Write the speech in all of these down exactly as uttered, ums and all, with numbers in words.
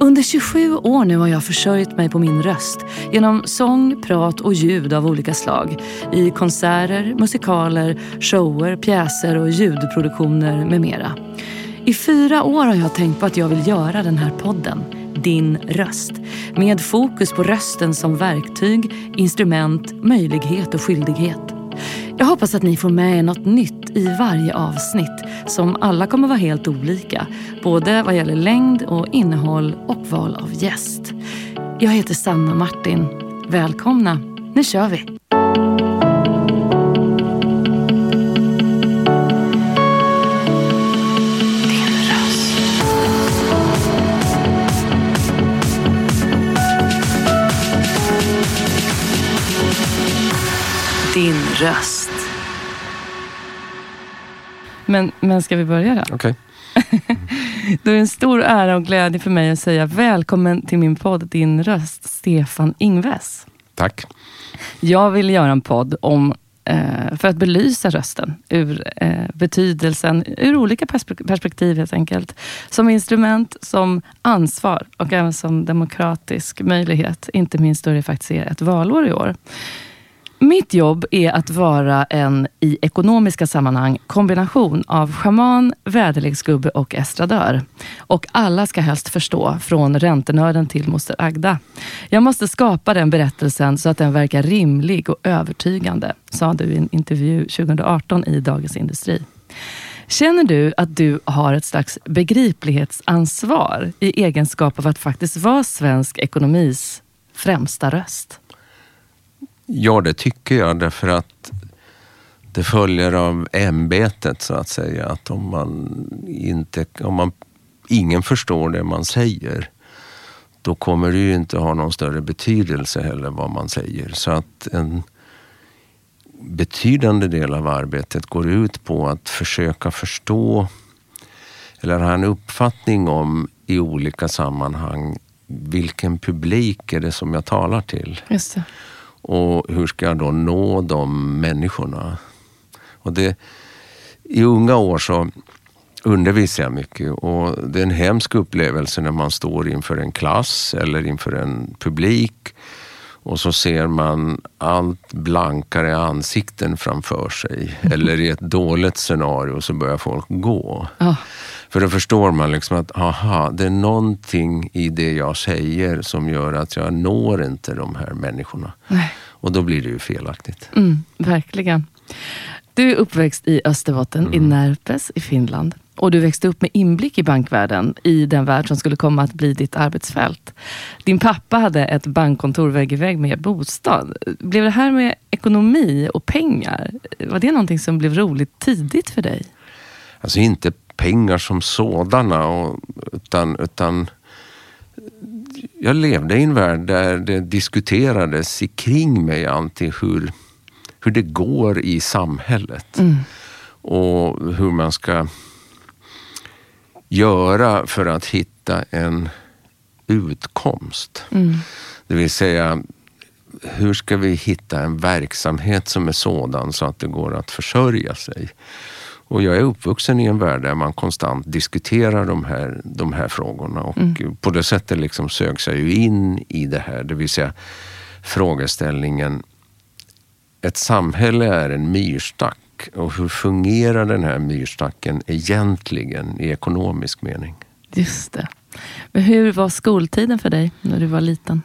Under tjugosju år nu har jag försörjt mig på min röst genom sång, prat och ljud av olika slag i konserter, musikaler, shower, pjäser och ljudproduktioner med mera. I fyra år har jag tänkt på att jag vill göra den här podden, Din röst, med fokus på rösten som verktyg, instrument, möjlighet och skyldighet. Jag hoppas att ni får med er något nytt i varje avsnitt som alla kommer vara helt olika, både vad gäller längd och innehåll och val av gäst. Jag heter Sanna Martin. Välkomna, nu kör vi! Din röst. Men, men ska vi börja då? Okej. Okay. Det är en stor ära och glädje för mig att säga välkommen till min podd Din röst, Stefan Ingves. Tack. Jag vill göra en podd om eh, för att belysa rösten ur eh, betydelsen, ur olika perspek- perspektiv helt enkelt. Som instrument, som ansvar och även som demokratisk möjlighet. Inte minst då det faktiskt är ett valår i år. Mitt jobb är att vara en i ekonomiska sammanhang kombination av schaman, väderleksgubbe och estradör. Och alla ska helst förstå, från räntenörden till moster Agda. Jag måste skapa den berättelsen så att den verkar rimlig och övertygande, sa du i en intervju tjugoarton i Dagens Industri. Känner du att du har ett slags begriplighetsansvar i egenskap av att faktiskt vara svensk ekonomis främsta röst? Ja, det tycker jag, därför att det följer av ämbetet så att säga, att om man inte, om man, ingen förstår det man säger, då kommer det ju inte ha någon större betydelse heller vad man säger. Så att en betydande del av arbetet går ut på att försöka förstå eller ha en uppfattning om i olika sammanhang vilken publik är det som jag talar till. Just det. Och hur ska jag då nå de människorna? Och det, i unga år så undervisar jag mycket. Och det är en hemsk upplevelse när man står inför en klass eller inför en publik. Och så ser man allt blankare ansikten framför sig. Eller i ett dåligt scenario så börjar folk gå. Oh. För då förstår man liksom att aha, det är någonting i det jag säger som gör att jag når inte de här människorna. Nej. Och då blir det ju felaktigt. Mm, verkligen. Du är uppväxt i Österbotten, mm. i Närpes i Finland. Och du växte upp med inblick i bankvärlden, i den värld som skulle komma att bli ditt arbetsfält. Din pappa hade ett bankkontor vägg i vägg med bostad. Blev det här med ekonomi och pengar, var det någonting som blev roligt tidigt för dig? Alltså inte pengar som sådana, och, utan, utan jag levde i en värld där det diskuterades kring mig alltid hur, hur det går i samhället. Mm. Och hur man ska göra för att hitta en utkomst. Mm. Det vill säga, hur ska vi hitta en verksamhet som är sådan så att det går att försörja sig? Och jag är uppvuxen i en värld där man konstant diskuterar de här, de här frågorna. Och mm. på det sättet liksom sögs jag ju in i det här. Det vill säga frågeställningen, ett samhälle är en myrstack. Och hur fungerar den här myrstacken egentligen i ekonomisk mening? Just det. Men hur var skoltiden för dig när du var liten?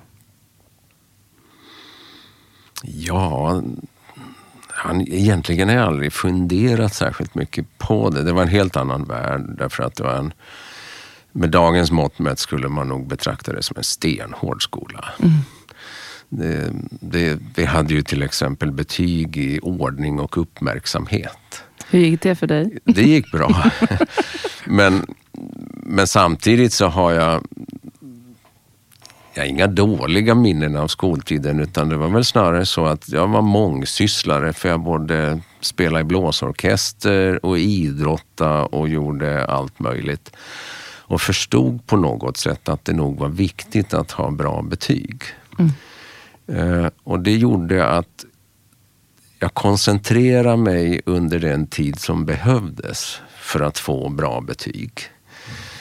Ja, han, egentligen har jag aldrig funderat särskilt mycket på det. Det var en helt annan värld, därför att det var en, med dagens mått mätt skulle man nog betrakta det som en stenhård skola. Mm. Det, det, det hade ju till exempel betyg i ordning och uppmärksamhet. Hur gick det för dig? Det gick bra. men, men samtidigt så har jag, jag har inga dåliga minnen av skoltiden, utan det var väl snarare så att jag var mångsysslare, för jag både spelade i blåsorkester och idrotta och gjorde allt möjligt. Och förstod på något sätt att det nog var viktigt att ha bra betyg. Mm. Uh, och det gjorde att jag koncentrerade mig under den tid som behövdes för att få bra betyg.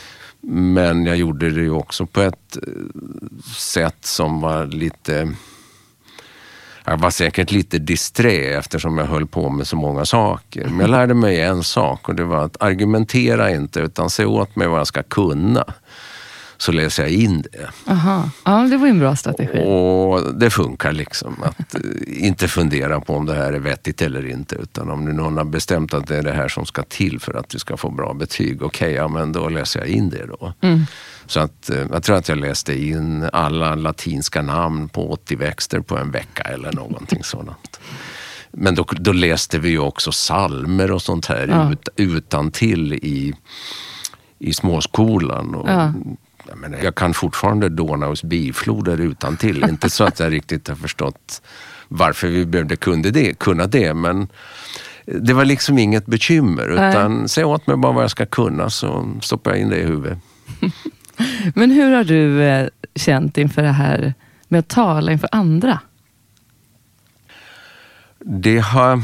Men jag gjorde det ju också på ett sätt som var lite... Jag var säkert lite disträ eftersom jag höll på med så många saker. Men jag lärde mig en sak och det var att argumentera inte utan se åt mig vad jag ska kunna. Så läser jag in det. Aha. Ja, det var ju en bra strategi. Och det funkar liksom. Att inte fundera på om det här är vettigt eller inte. Utan om någon har bestämt att det är det här som ska till för att du ska få bra betyg. Okej, okay, ja men då läser jag in det då. Mm. Så att jag tror att jag läste in alla latinska namn på åttio växter på en vecka eller någonting sådant. Men då, då läste vi ju också salmer och sånt här ja. ut, utan till i, i småskolan. Och, ja. jag, menar, jag kan fortfarande Donaus bifloder utan till. Inte så att jag riktigt har förstått varför vi behövde kunde det, kunna det, men det var liksom inget bekymmer. Utan Nej. säg åt mig bara vad jag ska kunna så stoppar jag in det i huvudet. Men hur har du eh, känt inför det här med att tala inför andra? Det har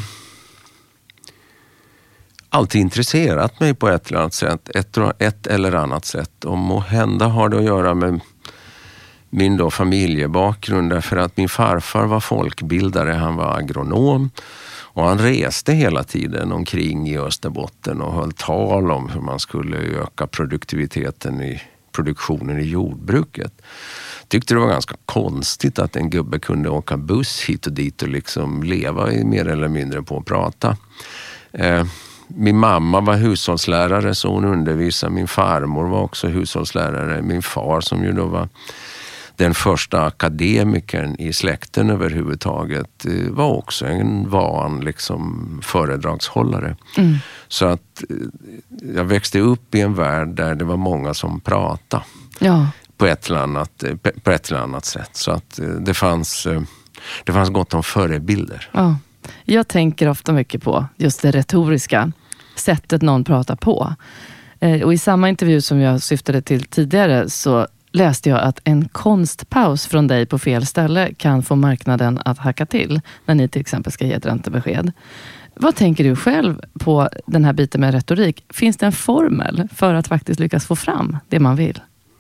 alltid intresserat mig på ett eller annat sätt. Ett, ett eller annat sätt. Och måhända har det att göra med min då familjebakgrund. Därför att min farfar var folkbildare. Han var agronom. Och han reste hela tiden omkring i Österbotten och höll tal om hur man skulle öka produktiviteten i produktionen i jordbruket. Tyckte det var ganska konstigt att en gubbe kunde åka buss hit och dit och liksom leva i mer eller mindre på att prata. Eh, min mamma var hushållslärare så hon undervisade. Min farmor var också hushållslärare. Min far som ju då var den första akademikern i släkten överhuvudtaget var också en van liksom föredragshållare. Mm. Så att jag växte upp i en värld där det var många som pratade ja. på, ett eller annat, på ett eller annat sätt. Så att det fanns, det fanns gott om förebilder. Ja. Jag tänker ofta mycket på just det retoriska sättet någon pratar på. Och i samma intervju som jag syftade till tidigare så läste jag att en konstpaus från dig på fel ställe kan få marknaden att hacka till när ni till exempel ska ge ett räntebesked. Vad tänker du själv på den här biten med retorik? Finns det en formel för att faktiskt lyckas få fram det man vill?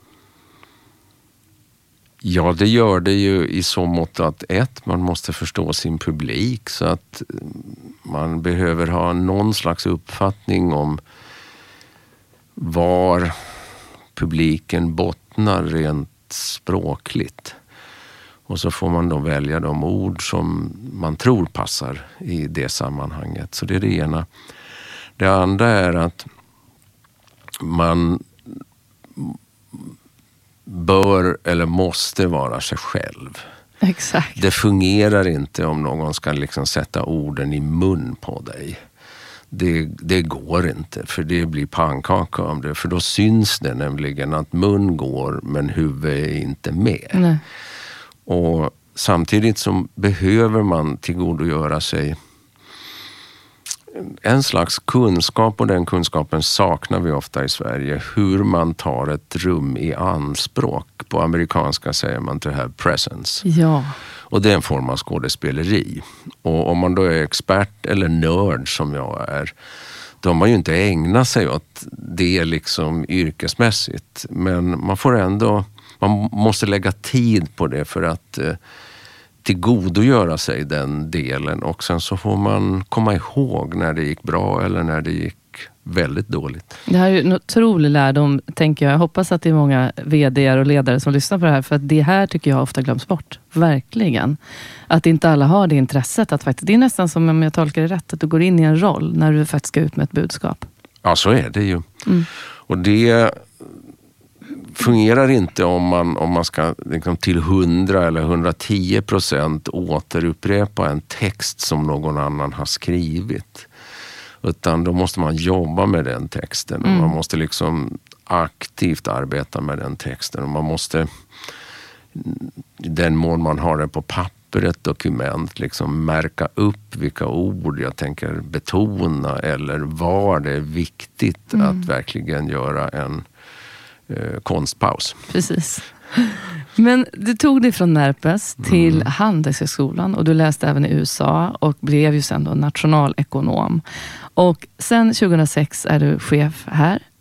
Ja, det gör det ju i så mått att ett, man måste förstå sin publik så att man behöver ha någon slags uppfattning om var publiken bottnar rent språkligt. Och så får man då välja de ord som man tror passar i det sammanhanget. Så det är det ena. Det andra är att man bör eller måste vara sig själv. Exakt. Det fungerar inte om någon ska liksom sätta orden i mun på dig. Det, det går inte, för det blir pannkaka om det. För då syns det nämligen att mun går men huvudet är inte med. Nej. Och samtidigt så behöver man tillgodogöra sig en slags kunskap, och den kunskapen saknar vi ofta i Sverige. Hur man tar ett rum i anspråk. På amerikanska säger man to have presence. Ja. Och det är en form av skådespeleri. Och om man då är expert eller nörd som jag är, då har man ju inte ägnat sig åt det liksom yrkesmässigt. Men man får ändå, man måste lägga tid på det för att eh, tillgodogöra sig den delen. Och sen så får man komma ihåg när det gick bra eller när det gick väldigt dåligt. Det här är ju en otrolig lärdom, tänker jag. Jag hoppas att det är många vd:ar och ledare som lyssnar på det här, för att det här tycker jag ofta glöms bort. Verkligen. Att inte alla har det intresset att faktiskt, det är nästan som om jag tolkar det rätt, att du går in i en roll när du faktiskt ska ut med ett budskap. Ja, så är det ju. Mm. Och det fungerar inte om man, om man ska liksom till hundra eller hundratio procent återupprepa en text som någon annan har skrivit. Utan då måste man jobba med den texten och mm. man måste liksom aktivt arbeta med den texten. Och man måste, i den mån man har det på papper, ett dokument, liksom märka upp vilka ord jag tänker betona eller var det är viktigt mm. att verkligen göra en eh, konstpaus. Precis. Men du tog dig från Närpes till mm. Handelshögskolan och du läste även i U S A och blev ju sen då nationalekonom. Och sen tjugohundrasex är du chef här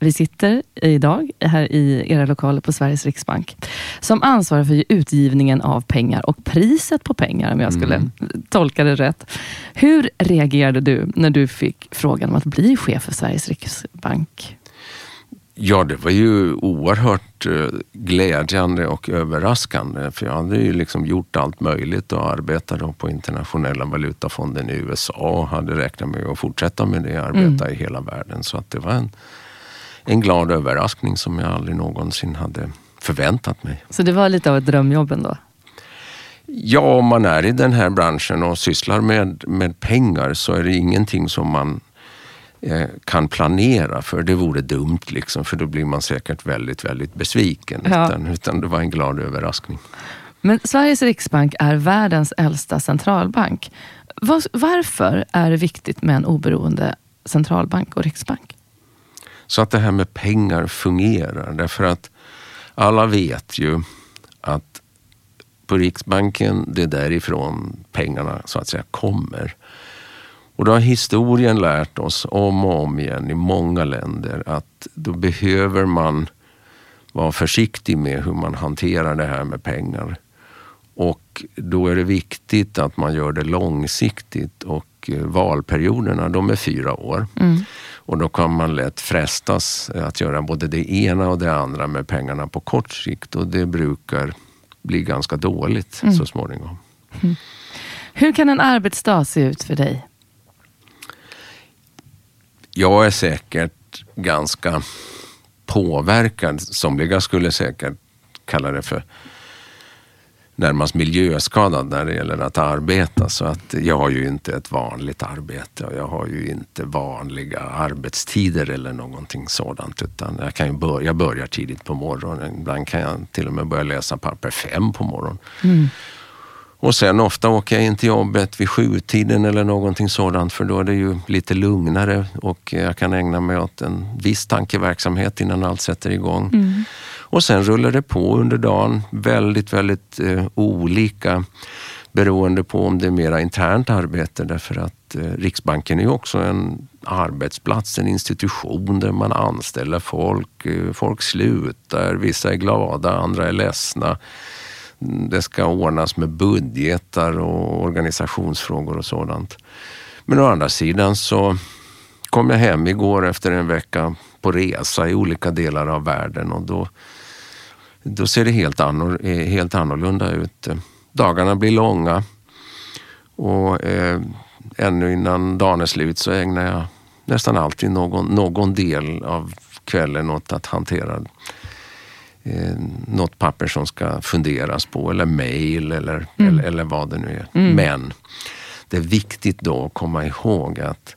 Vi sitter idag här i era lokaler på Sveriges Riksbank som ansvarar för utgivningen av pengar och priset på pengar, om jag skulle mm. tolka det rätt. Hur reagerade du när du fick frågan om att bli chef för Sveriges Riksbank? Ja, det var ju oerhört glädjande och överraskande, för jag hade ju liksom gjort allt möjligt och arbetat då på internationella valutafonden i U S A och hade räknat med att fortsätta med det, arbeta mm. i hela världen. Så att det var en, en glad överraskning som jag aldrig någonsin hade förväntat mig. Så det var lite av ett drömjobb ändå? Ja, om man är i den här branschen och sysslar med, med pengar så är det ingenting som man kan planera, för det vore dumt liksom, för då blir man säkert väldigt, väldigt besviken. Ja. Utan, utan det var en glad överraskning. Men Sveriges Riksbank är världens äldsta centralbank. Var, varför är det viktigt med en oberoende centralbank och riksbank? Så att det här med pengar fungerar. Därför att alla vet ju att på Riksbanken, det är därifrån pengarna så att säga kommer. Och då har historien lärt oss om och om igen i många länder att då behöver man vara försiktig med hur man hanterar det här med pengar. Och då är det viktigt att man gör det långsiktigt, och valperioderna, de är fyra år. Mm. Och då kan man lätt frestas att göra både det ena och det andra med pengarna på kort sikt, och det brukar bli ganska dåligt mm. så småningom. Mm. Hur kan en arbetsdag se ut för dig? Jag är säkert ganska påverkad. Somliga skulle säkert kalla det för närmast miljöskadad när det gäller att arbeta. Så att jag har ju inte ett vanligt arbete och jag har ju inte vanliga arbetstider eller någonting sådant. Utan jag, kan ju börja, jag börjar tidigt på morgonen. Ibland kan jag till och med börja läsa papper fem på morgonen. Mm. Och sen ofta åker jag in till jobbet vid sjutiden eller någonting sådant, för då är det ju lite lugnare och jag kan ägna mig åt en viss tankeverksamhet innan allt sätter igång. Mm. Och sen rullar det på under dagen väldigt, väldigt eh, olika beroende på om det är mera internt arbete, därför att eh, Riksbanken är ju också en arbetsplats, en institution där man anställer folk. Eh, folk slutar, vissa är glada, andra är ledsna. Det ska ordnas med budgetar och organisationsfrågor och sådant. Men å andra sidan så kom jag hem igår efter en vecka på resa i olika delar av världen, och då, då ser det helt, annor, helt annorlunda ut. Dagarna blir långa och eh, ännu innan dagen är slut så ägnar jag nästan alltid någon, någon del av kvällen åt att hantera Eh, något papper som ska funderas på, eller mejl eller, mm. eller, eller vad det nu är. Mm. Men det är viktigt då att komma ihåg att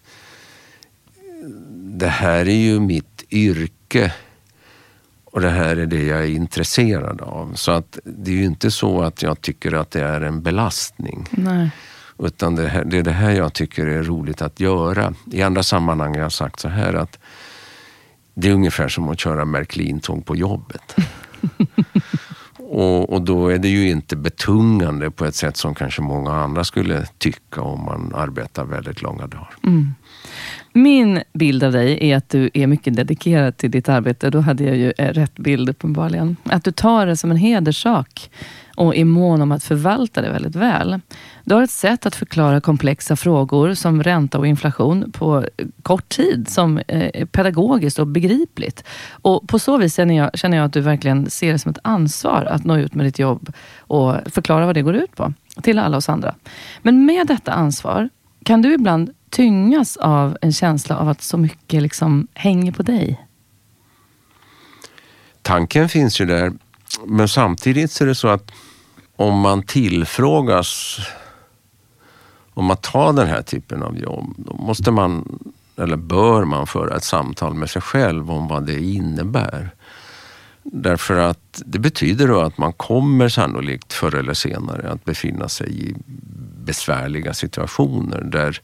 det här är ju mitt yrke och det här är det jag är intresserad av. Så att det är ju inte så att jag tycker att det är en belastning. Nej. Utan det, här, det är det här jag tycker är roligt att göra. I andra sammanhang har jag sagt så här att det är ungefär som att köra Märklin-tåg på jobbet. och, och då är det ju inte betungande på ett sätt som kanske många andra skulle tycka om man arbetar väldigt långa dagar. Mm. Min bild av dig är att du är mycket dedikerad till ditt arbete. Då hade jag ju rätt bild uppenbarligen. Att du tar det som en hederssak och är mån om att förvalta det väldigt väl. Du har ett sätt att förklara komplexa frågor som ränta och inflation på kort tid som är pedagogiskt och begripligt. Och på så vis känner jag, känner jag att du verkligen ser det som ett ansvar att nå ut med ditt jobb och förklara vad det går ut på till alla oss andra. Men med detta ansvar kan du ibland tyngas av en känsla av att så mycket liksom hänger på dig? Tanken finns ju där, men samtidigt så är det så att om man tillfrågas om att ta den här typen av jobb, då måste man, eller bör man föra ett samtal med sig själv om vad det innebär. Därför att det betyder då att man kommer sannolikt förr eller senare att befinna sig i besvärliga situationer där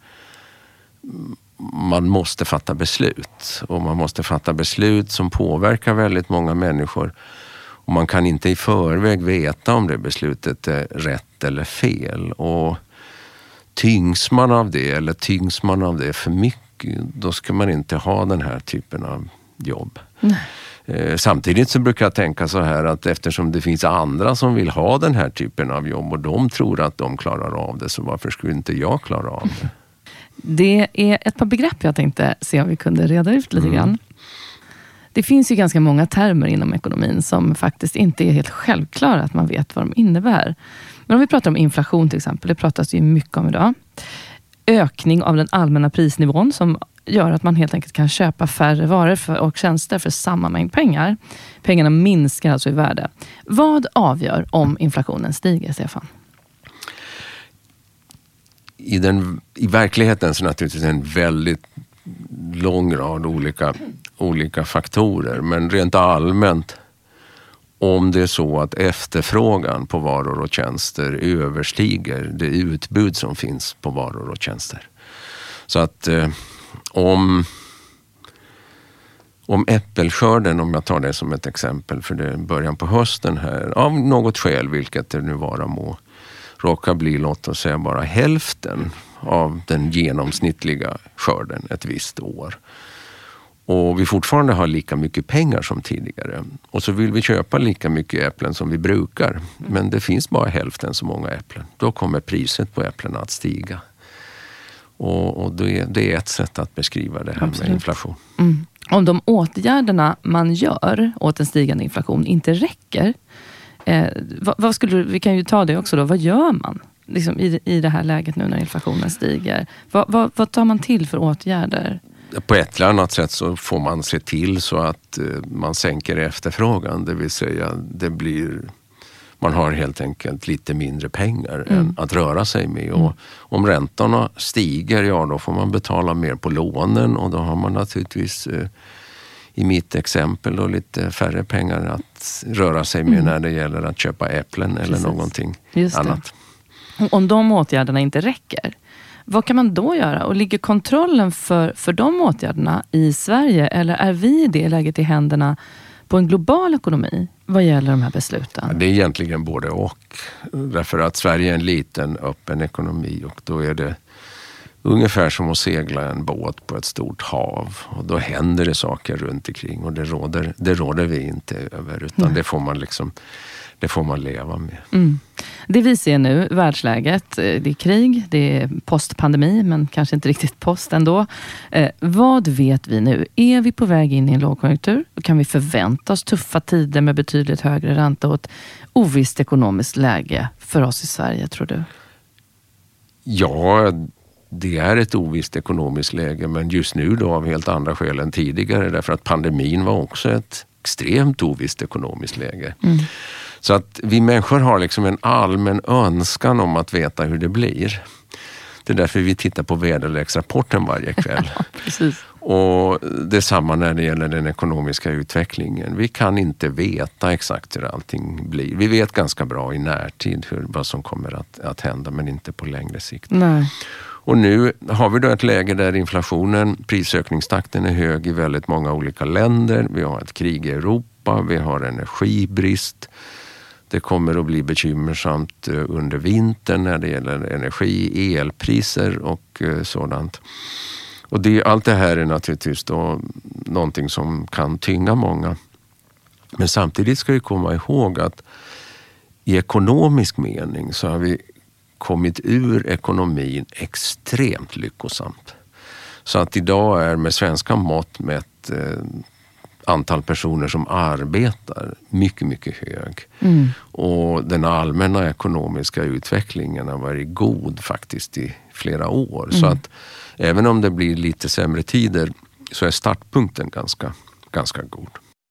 man måste fatta beslut. Och man måste fatta beslut som påverkar väldigt många människor. Och man kan inte i förväg veta om det beslutet är rätt eller fel. Och tyngs man av det eller tyngs man av det för mycket, då ska man inte ha den här typen av jobb. Mm. Eh, samtidigt så brukar jag tänka så här att eftersom det finns andra som vill ha den här typen av jobb och de tror att de klarar av det, så varför skulle inte jag klara av det? Det är ett par begrepp jag tänkte se om vi kunde reda ut lite mm. grann. Det finns ju ganska många termer inom ekonomin som faktiskt inte är helt självklara att man vet vad de innebär. Men om vi pratar om inflation till exempel, det pratas ju mycket om idag. Ökning av den allmänna prisnivån som gör att man helt enkelt kan köpa färre varor för, och tjänster för samma mängd pengar. Pengarna minskar alltså i värde. Vad avgör om inflationen stiger, Stefan? I, den, i verkligheten så är det naturligtvis en väldigt lång rad olika, olika faktorer. Men rent allmänt, om det är så att efterfrågan på varor och tjänster överstiger det utbud som finns på varor och tjänster. Så att eh, om, om äppelskörden, om jag tar det som ett exempel, för det är början på hösten här, av något skäl, vilket det nu vara må, råkar bli, låt oss säga, bara hälften av den genomsnittliga skörden ett visst år. Och vi fortfarande har lika mycket pengar som tidigare. Och så vill vi köpa lika mycket äpplen som vi brukar. Men det finns bara hälften så många äpplen. Då kommer priset på äpplen att stiga. Och, och det, det är ett sätt att beskriva det här Absolut. Med inflation. Mm. Om de åtgärderna man gör åt en stigande inflation inte räcker, eh, vad, vad skulle, vi kan ju ta det också då, vad gör man liksom i, i det här läget nu när inflationen stiger? Vad, vad, vad tar man till för åtgärder? På ett eller annat sätt så får man se till så att man sänker efterfrågan. Det vill säga det blir, man har helt enkelt lite mindre pengar mm. än att röra sig med. Mm. Och om räntorna stiger, ja då får man betala mer på lånen. Och då har man naturligtvis i mitt exempel då lite färre pengar att röra sig med mm. när det gäller att köpa äpplen eller Precis. Någonting annat. Om de åtgärderna inte räcker, vad kan man då göra? Och ligger kontrollen för, för de åtgärderna i Sverige? Eller är vi i det läget i händerna på en global ekonomi vad gäller de här besluten? Ja, det är egentligen både och. Därför att Sverige är en liten öppen ekonomi och då är det ungefär som att segla en båt på ett stort hav. Och då händer det saker runt omkring och det råder, det råder vi inte över, utan mm. det får man liksom... Det får man leva med. Mm. Det vi ser nu, världsläget, det är krig, det är postpandemi, men kanske inte riktigt post ändå. Eh, vad vet vi nu? Är vi på väg in i en lågkonjunktur? Kan vi förvänta oss tuffa tider med betydligt högre ränta och ett ovisst ekonomiskt läge för oss i Sverige, tror du? Ja, det är ett ovisst ekonomiskt läge, men just nu då av helt andra skäl än tidigare, därför att pandemin var också ett extremt ovisst ekonomiskt läge. Mm. Så att vi människor har liksom en allmän önskan om att veta hur det blir. Det är därför vi tittar på väderleksrapporten varje kväll. Precis. Och det är samma när det gäller den ekonomiska utvecklingen. Vi kan inte veta exakt hur allting blir. Vi vet ganska bra i närtid hur, vad som kommer att, att hända, men inte på längre sikt. Nej. Och nu har vi då ett läge där inflationen, prisökningstakten är hög i väldigt många olika länder. Vi har ett krig i Europa, vi har energibrist. Det kommer att bli bekymmersamt under vintern när det gäller energi, elpriser och sådant. Och det, allt det här är naturligtvis då någonting som kan tynga många. Men samtidigt ska vi komma ihåg att i ekonomisk mening så har vi kommit ur ekonomin extremt lyckosamt. Så att idag är med svenska mått mätt eh, antal personer som arbetar mycket, mycket hög. Mm. Och den allmänna ekonomiska utvecklingen har varit god faktiskt i flera år. Mm. Så att även om det blir lite sämre tider så är startpunkten ganska, ganska god.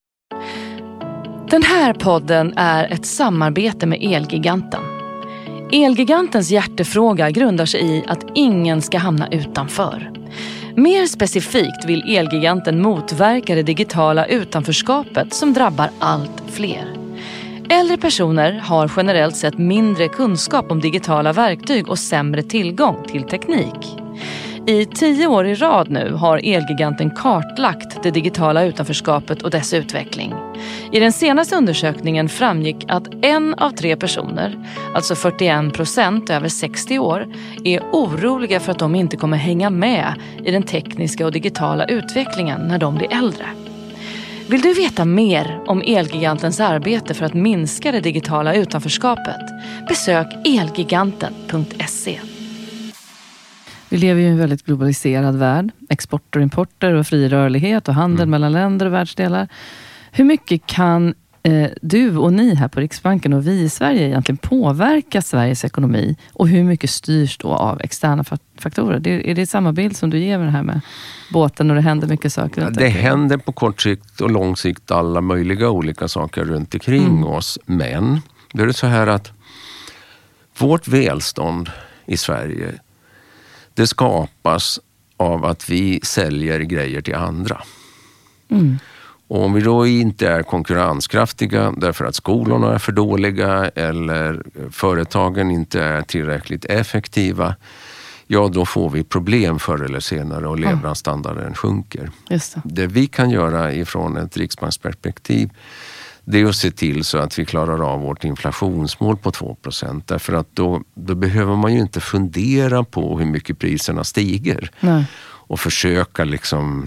Den här podden är ett samarbete med Elgiganten. Elgigantens hjärtefråga grundar sig i att ingen ska hamna utanför. Mer specifikt vill Elgiganten motverka det digitala utanförskapet som drabbar allt fler. Äldre personer har generellt sett mindre kunskap om digitala verktyg och sämre tillgång till teknik. I tio år i rad nu har Elgiganten kartlagt det digitala utanförskapet och dess utveckling. I den senaste undersökningen framgick att en av tre personer, alltså fyrtioen procent över sextio år, är oroliga för att de inte kommer hänga med i den tekniska och digitala utvecklingen när de blir äldre. Vill du veta mer om Elgigantens arbete för att minska det digitala utanförskapet? Besök elgiganten punkt se. Vi lever ju i en väldigt globaliserad värld. Exporter och importer och fri rörlighet och handel mm. mellan länder och världsdelar. Hur mycket kan eh, du och ni här på Riksbanken och vi i Sverige egentligen påverka Sveriges ekonomi? Och hur mycket styrs då av externa faktorer? Det, är det samma bild som du ger med det här med båten och det händer mycket saker? Ja, det händer på kort sikt och lång sikt alla möjliga olika saker runt omkring mm. oss. Men det är så här att vårt välstånd i Sverige, det skapas av att vi säljer grejer till andra. Mm. Och om vi då inte är konkurrenskraftiga därför att skolorna är för dåliga eller företagen inte är tillräckligt effektiva, ja då får vi problem förr eller senare och levnadsstandarden sjunker. Just det. Det vi kan göra ifrån ett riksbanksperspektiv, det är att se till så att vi klarar av vårt inflationsmål på två procent. Därför att då, då behöver man ju inte fundera på hur mycket priserna stiger. Nej. Och försöka liksom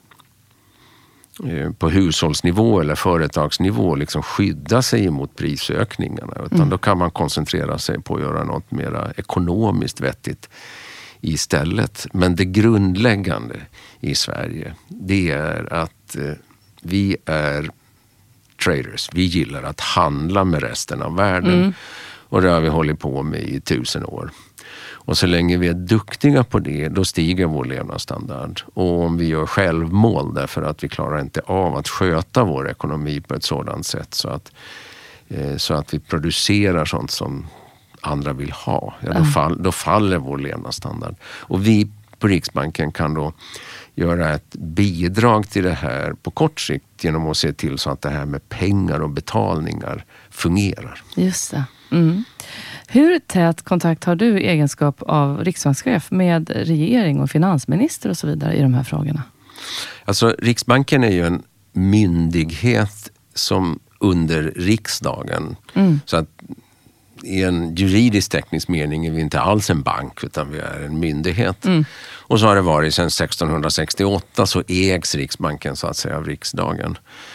eh, på hushållsnivå eller företagsnivå liksom skydda sig emot prisökningarna. Utan mm. då kan man koncentrera sig på att göra något mer ekonomiskt vettigt istället. Men det grundläggande i Sverige, det är att eh, vi är traders. Vi gillar att handla med resten av världen. Mm. Och det har vi hållit på med i tusen år. Och så länge vi är duktiga på det, då stiger vår levnadsstandard. Och om vi gör självmål därför att vi klarar inte av att sköta vår ekonomi på ett sådant sätt så att, eh, så att vi producerar sånt som andra vill ha, ja, då, fall, då faller vår levnadsstandard. Och vi på Riksbanken kan då göra ett bidrag till det här på kort sikt genom att se till så att det här med pengar och betalningar fungerar. Just det. Mm. Hur tät kontakt har du i egenskap av riksbankschef med regering och finansminister och så vidare i de här frågorna? Alltså Riksbanken är ju en myndighet som under riksdagen, mm. så att i en juridisk teknisk mening är vi inte alls en bank utan vi är en myndighet. Mm. Och så har det varit sedan sextonhundrasextioåtta, så ägs Riksbanken så att säga av riksdagen.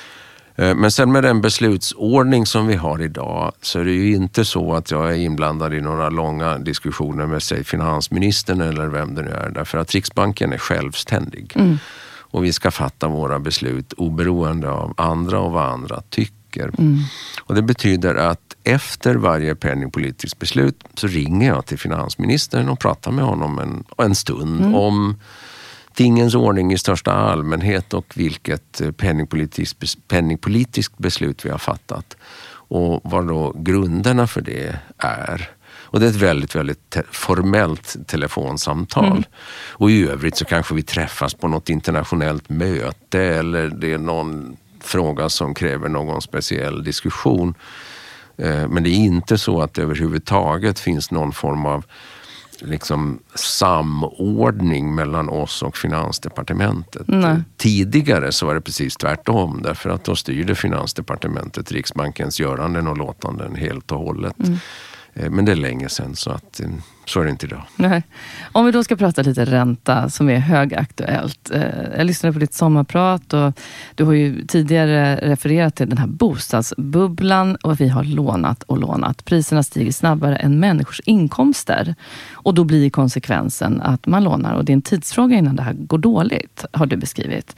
Men sen med den beslutsordning som vi har idag så är det ju inte så att jag är inblandad i några långa diskussioner med sig finansministern eller vem det nu är. Därför att Riksbanken är självständig. Mm. Och vi ska fatta våra beslut oberoende av andra och vad andra tycker. Mm. Och det betyder att efter varje penningpolitiskt beslut så ringer jag till finansministern och pratar med honom en, en stund mm. om tingens ordning i största allmänhet och vilket penningpolitiskt, penningpolitiskt beslut vi har fattat. Och vad då grunderna för det är. Och det är ett väldigt, väldigt te- formellt telefonsamtal. Mm. Och i övrigt så kanske vi träffas på något internationellt möte eller det är någon fråga som kräver någon speciell diskussion. Men det är inte så att det överhuvudtaget finns någon form av liksom samordning mellan oss och Finansdepartementet. Nej. Tidigare så var det precis tvärtom, därför att då styrde Finansdepartementet Riksbankens göranden och låtanden helt och hållet. Mm. Men det är länge sedan så att så är det inte idag. Nej. Om vi då ska prata lite ränta som är högaktuellt. Jag lyssnade på ditt sommarprat och du har ju tidigare refererat till den här bostadsbubblan och vi har lånat och lånat. Priserna stiger snabbare än människors inkomster och då blir konsekvensen att man lånar och det är en tidsfråga innan det här går dåligt, har du beskrivit.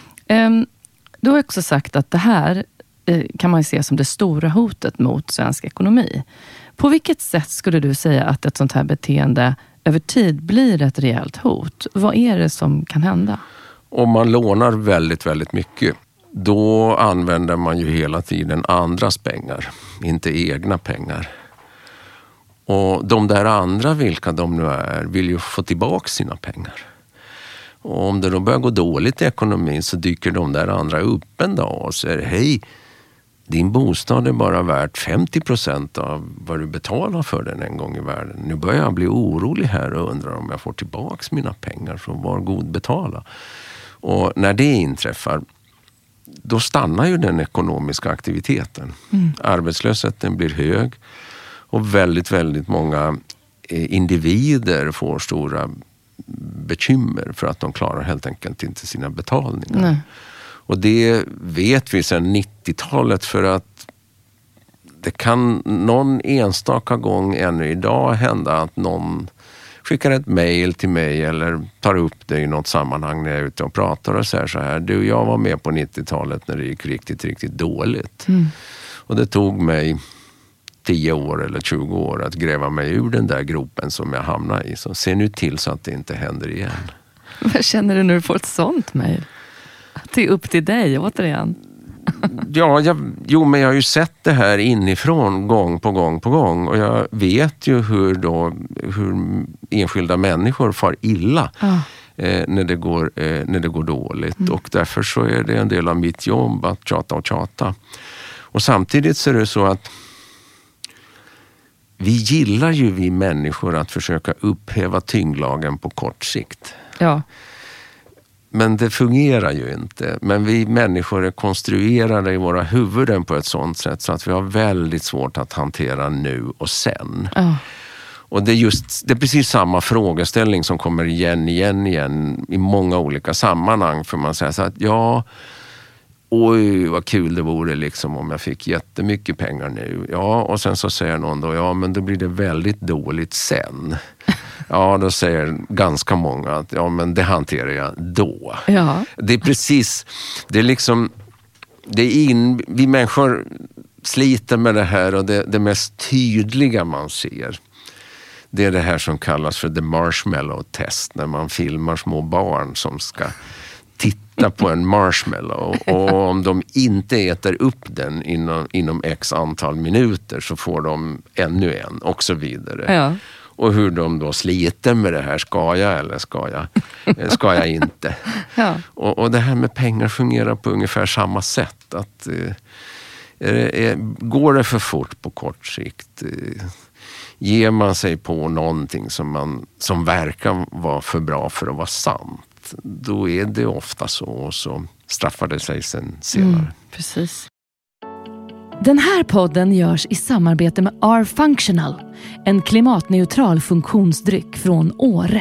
Du har också sagt att det här kan man se som det stora hotet mot svensk ekonomi. På vilket sätt skulle du säga att ett sånt här beteende över tid blir ett rejält hot? Vad är det som kan hända? Om man lånar väldigt, väldigt mycket, då använder man ju hela tiden andras pengar, inte egna pengar. Och de där andra, vilka de nu är, vill ju få tillbaka sina pengar. Och om det då börjar gå dåligt i ekonomin så dyker de där andra upp en dag och säger hej, din bostad är bara värt femtio procent av vad du betalar för den en gång i världen. Nu börjar jag bli orolig här och undrar om jag får tillbaka mina pengar från var god betala. Och när det inträffar, då stannar ju den ekonomiska aktiviteten. Mm. Arbetslösheten blir hög och väldigt, väldigt många individer får stora bekymmer för att de klarar helt enkelt inte sina betalningar. Nej. Och det vet vi sedan nittiotalet, för att det kan någon enstaka gång ännu idag hända att någon skickar ett mejl till mig eller tar upp det i något sammanhang när jag är ute och pratar och säger så här: du, jag var med på nittiotalet när det gick riktigt, riktigt dåligt. Mm. Och det tog mig tio år eller tjugo år att gräva mig ur den där gropen som jag hamnade i. Så se nu till så att det inte händer igen. Vad känner du när du får ett sånt mejl? Det är upp till dig, återigen. Ja, jag, jo, men jag har ju sett det här inifrån gång på gång på gång. Och jag vet ju hur, då, hur enskilda människor far illa oh. eh, när, det går, eh, när det går dåligt. Mm. Och därför så är det en del av mitt jobb att tjata och tjata. Och samtidigt så är det så att vi gillar ju vi människor att försöka upphäva tyngdlagen på kort sikt. Ja. Men det fungerar ju inte. Men vi människor är konstruerade i våra huvuden på ett sådant sätt så att vi har väldigt svårt att hantera nu och sen. Oh. Och det är just det är precis samma frågeställning som kommer igen, igen, igen i många olika sammanhang. För man säger så att ja, oj vad kul det vore liksom om jag fick jättemycket pengar nu. Ja, och sen så säger någon då, ja men då blir det väldigt dåligt sen. Ja, då säger ganska många att ja, men det hanterar jag då. Ja. Det är precis, det är liksom, det är in, vi människor sliter med det här och det, det mest tydliga man ser, det är det här som kallas för the marshmallow test, när man filmar små barn som ska titta på en marshmallow och om de inte äter upp den inom, inom x antal minuter så får de ännu en och så vidare. Ja. Och hur de då sliter med det här, ska jag eller ska jag, ska jag inte. Ja. Och, och det här med pengar fungerar på ungefär samma sätt. Att, eh, är, är, går det för fort på kort sikt, eh, ger man sig på någonting som, man, som verkar vara för bra för att vara sant, då är det ofta så, och så straffar det sig sen senare. Mm, precis. Den här podden görs i samarbete med R-Functional, en klimatneutral funktionsdryck från Åre.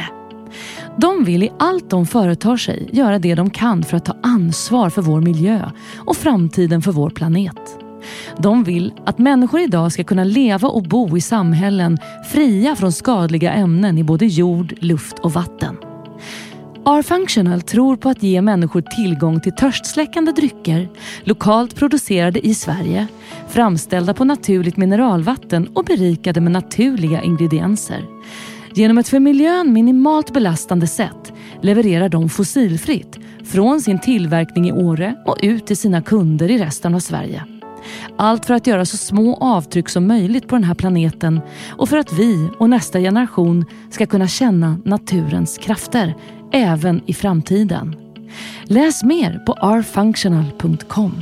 De vill i allt de företar sig göra det de kan för att ta ansvar för vår miljö och framtiden för vår planet. De vill att människor idag ska kunna leva och bo i samhällen fria från skadliga ämnen i både jord, luft och vatten. R-Functional tror på att ge människor tillgång till törstsläckande drycker, lokalt producerade i Sverige, framställda på naturligt mineralvatten och berikade med naturliga ingredienser. Genom ett för miljön minimalt belastande sätt levererar de fossilfritt från sin tillverkning i Åre och ut till sina kunder i resten av Sverige. Allt för att göra så små avtryck som möjligt på den här planeten och för att vi och nästa generation ska kunna känna naturens krafter även i framtiden. Läs mer på r functional punkt com.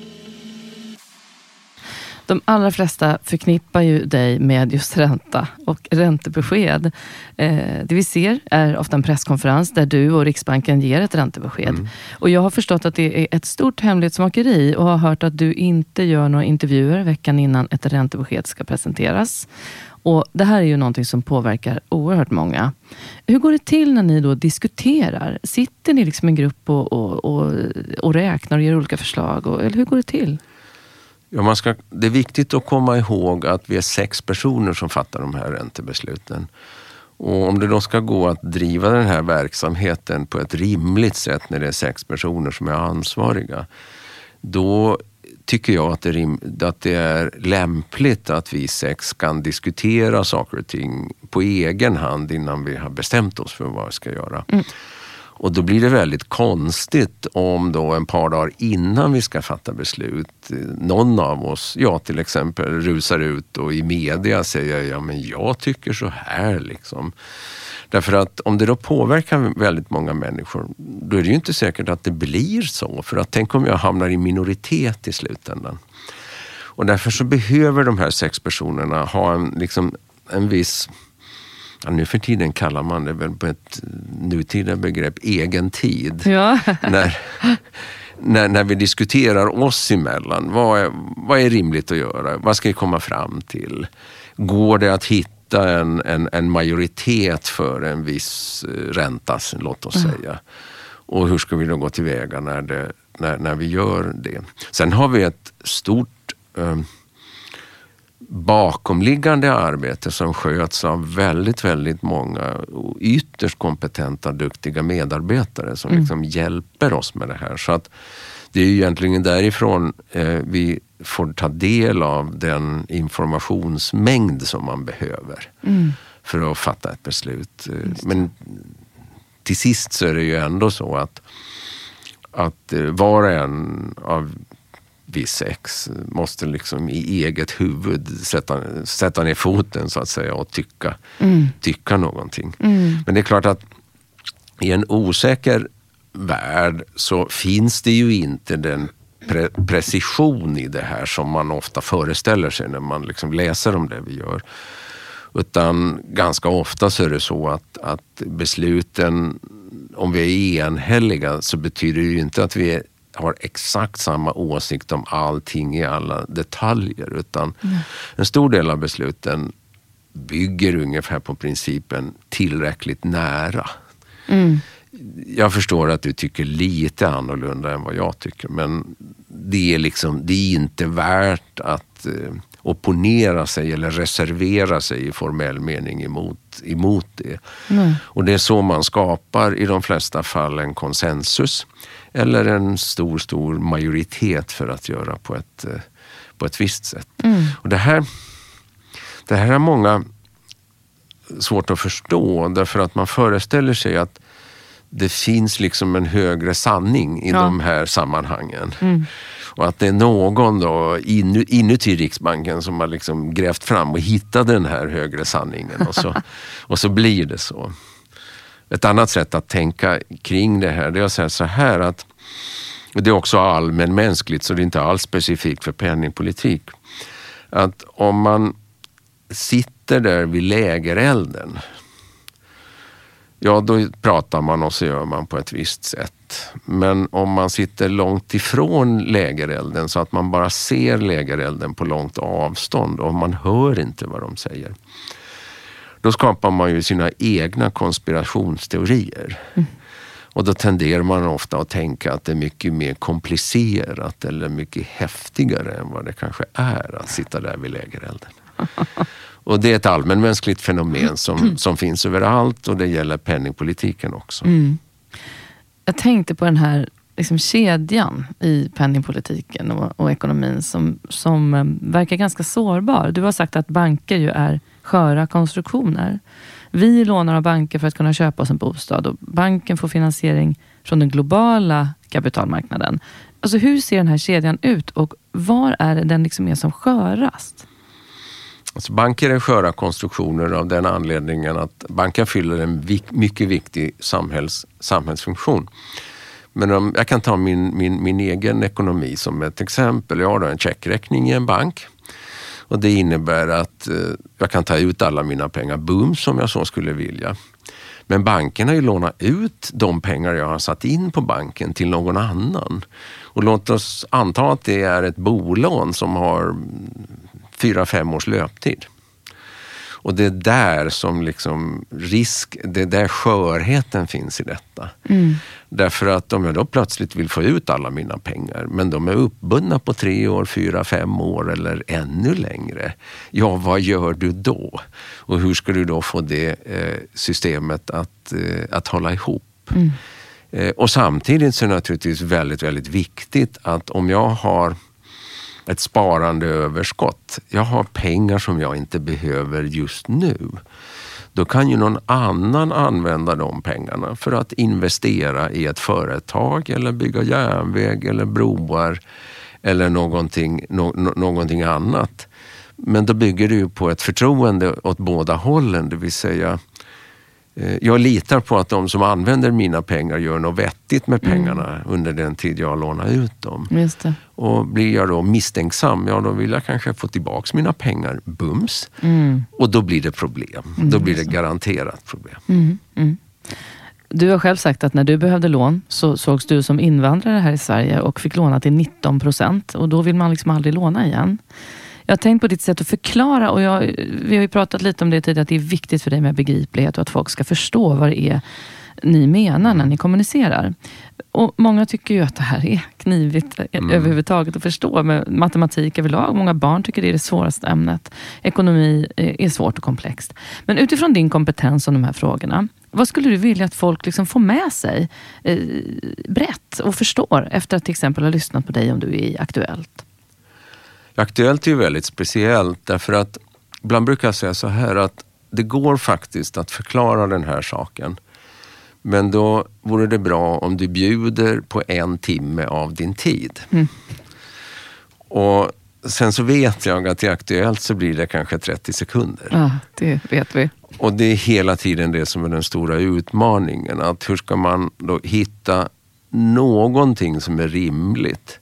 De allra flesta förknippar ju dig med just ränta och räntebesked. Eh, det vi ser är ofta en presskonferens där du och Riksbanken ger ett räntebesked. Mm. Och jag har förstått att det är ett stort hemlighetsmakeri och har hört att du inte gör några intervjuer veckan innan ett räntebesked ska presenteras. Och det här är ju någonting som påverkar oerhört många. Hur går det till när ni då diskuterar? Sitter ni liksom en grupp och, och, och, och räknar och ger olika förslag? Och, eller hur går det till? Ja, man ska, det är viktigt att komma ihåg att vi är sex personer som fattar de här räntebesluten. Och om det då ska gå att driva den här verksamheten på ett rimligt sätt när det är sex personer som är ansvariga, då tycker jag att det, rim, att det är lämpligt att vi sex kan diskutera saker och ting på egen hand innan vi har bestämt oss för vad vi ska göra. Mm. Och då blir det väldigt konstigt om då en par dagar innan vi ska fatta beslut, någon av oss, jag till exempel, rusar ut och i media säger ja men jag tycker så här liksom. Därför att om det då påverkar väldigt många människor, då är det ju inte säkert att det blir så. För att tänk om jag hamnar i minoritet i slutändan. Och därför så behöver de här sex personerna ha en, liksom, en viss, ja, nu för tiden kallar man det väl på ett nutida begrepp, egen tid. Ja. när, när, när vi diskuterar oss emellan, vad är, vad är rimligt att göra? Vad ska vi komma fram till? Går det att hitta En, en, en majoritet för en viss ränta, låt oss mm. säga. Och hur ska vi då gå tillväga när det, när, när vi gör det. Sen har vi ett stort eh, bakomliggande arbete som sköts av väldigt, väldigt många och ytterst kompetenta, duktiga medarbetare som mm. liksom hjälper oss med det här. Så att det är ju egentligen därifrån eh, vi får ta del av den informationsmängd som man behöver mm. för att fatta ett beslut. Men till sist så är det ju ändå så att, att var och en av vi sex måste liksom i eget huvud sätta, sätta ner foten så att säga och tycka, mm. tycka någonting. Mm. Men det är klart att i en osäker värld så finns det ju inte den pre- precision i det här som man ofta föreställer sig när man liksom läser om det vi gör. Utan ganska ofta så är det så att, att besluten, om vi är enhälliga, så betyder det ju inte att vi har exakt samma åsikt om allting i alla detaljer, utan mm. en stor del av besluten bygger ungefär på principen tillräckligt nära. Mm. Jag förstår att du tycker lite annorlunda än vad jag tycker, men det är liksom, det är inte värt att eh, opponera sig eller reservera sig i formell mening emot, emot det. Mm. Och det är så man skapar i de flesta fall en konsensus eller en stor, stor majoritet för att göra på ett, eh, på ett visst sätt. Mm. Och det här, det här är många svårt att förstå, därför att man föreställer sig att det finns liksom en högre sanning i ja. de här sammanhangen. Mm. Och att det är någon då inu, inuti Riksbanken som har liksom grävt fram och hittat den här högre sanningen. Och så, och så blir det så. Ett annat sätt att tänka kring det här, det är att säga så här att, och det är också allmänmänskligt så det är inte alls specifikt för penningpolitik, att om man sitter där vid lägerelden, ja, då pratar man och så gör man på ett visst sätt. Men om man sitter långt ifrån lägerelden så att man bara ser lägerelden på långt avstånd och man hör inte vad de säger, då skapar man ju sina egna konspirationsteorier. Mm. Och då tenderar man ofta att tänka att det är mycket mer komplicerat eller mycket häftigare än vad det kanske är att sitta där vid lägerelden. Och det är ett allmänmänskligt fenomen som, som finns överallt, och det gäller penningpolitiken också. Mm. Jag tänkte på den här liksom kedjan i penningpolitiken och, och ekonomin som, som um, verkar ganska sårbar. Du har sagt att banker ju är sköra konstruktioner. Vi lånar av banker för att kunna köpa oss en bostad, och banken får finansiering från den globala kapitalmarknaden. Alltså hur ser den här kedjan ut och var är det den liksom är som skörast? Alltså banker är sköra konstruktioner av den anledningen att banken fyller en vik- mycket viktig samhälls, samhällsfunktion. Men om, jag kan ta min, min, min egen ekonomi som ett exempel. Jag har då en checkräkning i en bank. Och det innebär att eh, jag kan ta ut alla mina pengar boom som jag så skulle vilja. Men banken har ju lånat ut de pengar jag har satt in på banken till någon annan. Och låt oss anta att det är ett bolån som har fyra, fem års löptid. Och det är där som liksom risk, det är där skörheten finns i detta. Mm. Därför att om jag då plötsligt vill få ut alla mina pengar, men de är uppbundna på tre år, fyra, fem år eller ännu längre. Ja, vad gör du då? Och hur ska du då få det eh, systemet att, eh, att hålla ihop? Mm. Eh, och samtidigt så är det naturligtvis väldigt, väldigt viktigt att om jag har ett sparande överskott, jag har pengar som jag inte behöver just nu, då kan ju någon annan använda de pengarna för att investera i ett företag eller bygga järnväg eller broar eller någonting, no, någonting annat. Men då bygger det ju på ett förtroende åt båda hållen, det vill säga jag litar på att de som använder mina pengar gör något vettigt med pengarna mm. under den tid jag lånar ut dem. Just det. Och blir jag då misstänksam, ja då vill jag kanske få tillbaka mina pengar bums. Mm. Och då blir det problem. Mm, då blir det garanterat problem. Mm, mm. Du har själv sagt att när du behövde lån så sågs du som invandrare här i Sverige och fick låna till nitton procent. Och då vill man liksom aldrig låna igen. Jag har tänkt på ditt sätt att förklara, och jag, vi har ju pratat lite om det tidigare, att det är viktigt för dig med begriplighet och att folk ska förstå vad det är ni menar när ni kommunicerar. Och många tycker ju att det här är knivigt mm. överhuvudtaget att förstå med matematik överlag. Många barn tycker det är det svåraste ämnet. Ekonomi är svårt och komplext. Men utifrån din kompetens om de här frågorna, vad skulle du vilja att folk liksom får med sig eh, brett och förstår efter att till exempel ha lyssnat på dig om du är i Aktuellt? Aktuellt är ju väldigt speciellt därför att ibland brukar jag säga så här att det går faktiskt att förklara den här saken. Men då vore det bra om du bjuder på en timme av din tid. Mm. Och sen så vet jag att i Aktuellt så blir det kanske trettio sekunder. Ja, det vet vi. Och det är hela tiden det som är den stora utmaningen. Att hur ska man då hitta någonting som är rimligt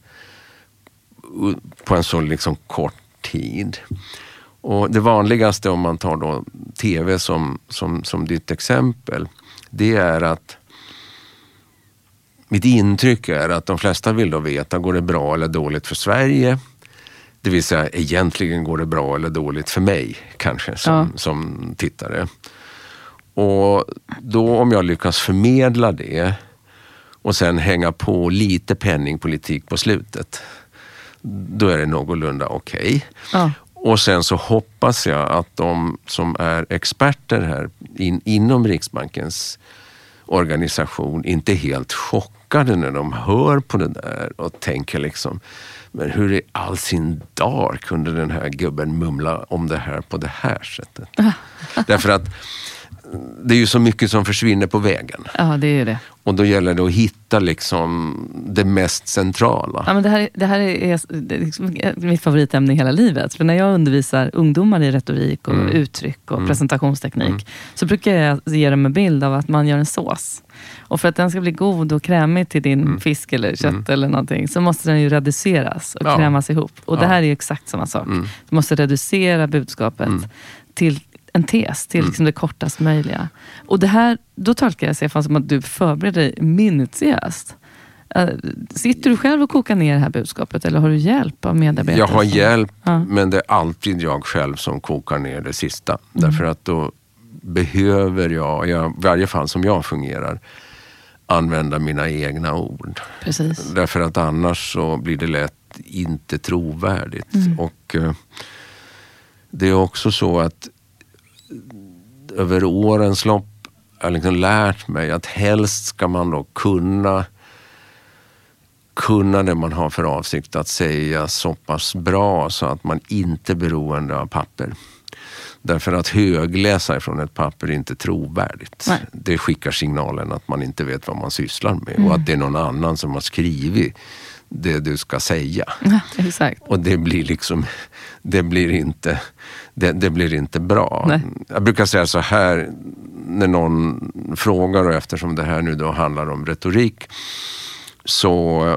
på en så liksom kort tid. Och det vanligaste om man tar då tv som, som, som ditt exempel, det är att mitt intryck är att de flesta vill då veta, går det bra eller dåligt för Sverige? Det vill säga, egentligen går det bra eller dåligt för mig kanske som, ja. som tittare. Och då om jag lyckas förmedla det och sen hänga på lite penningpolitik på slutet, då är det någorlunda okej. Okay. Ja. Och sen så hoppas jag att de som är experter här in, inom Riksbankens organisation inte är helt chockade när de hör på det där och tänker liksom, men hur i all sin dag kunde den här gubben mumla om det här på det här sättet? Därför att det är ju så mycket som försvinner på vägen. Ja, det är ju det. Och då gäller det att hitta liksom det mest centrala. Ja, men det här, det här är, det är liksom mitt favoritämne i hela livet. För när jag undervisar ungdomar i retorik och mm. uttryck och mm. presentationsteknik mm. så brukar jag ge dem en bild av att man gör en sås. Och för att den ska bli god och krämig till din mm. fisk eller kött mm. eller någonting, så måste den ju reduceras och ja. krämas ihop. Och ja. det här är ju exakt samma sak. Mm. Du måste reducera budskapet mm. till en tes, till liksom det kortast möjliga. Och det här, då tolkar jag Stefan som att du förbereder dig minutiöst. Uh, sitter du själv och kokar ner det här budskapet eller har du hjälp av medarbetare? Jag har hjälp, ja. men det är alltid jag själv som kokar ner det sista. Mm. Därför att då behöver jag, jag, i varje fall som jag fungerar, använda mina egna ord. Precis. Därför att annars så blir det lätt inte trovärdigt. Mm. Och uh, det är också så att över årens lopp har jag liksom lärt mig att helst ska man då kunna kunna det man har för avsikt att säga så pass bra så att man inte är beroende av papper. Därför att högläsa från ett papper är inte trovärdigt. Nej. Det skickar signalen att man inte vet vad man sysslar med mm. och att det är någon annan som har skrivit det du ska säga. Ja, exakt. Och det blir liksom det blir inte det, det blir inte bra. Nej. Jag brukar säga så här när någon frågar, och eftersom det här nu då handlar om retorik, så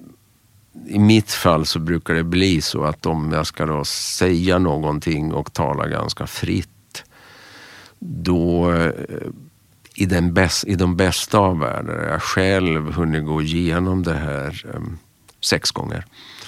i mitt fall så brukar det bli så att om jag ska då säga någonting och tala ganska fritt, då i, den bäst, i de bästa av världar är jag själv hunnit gå igenom det här um, sex gånger.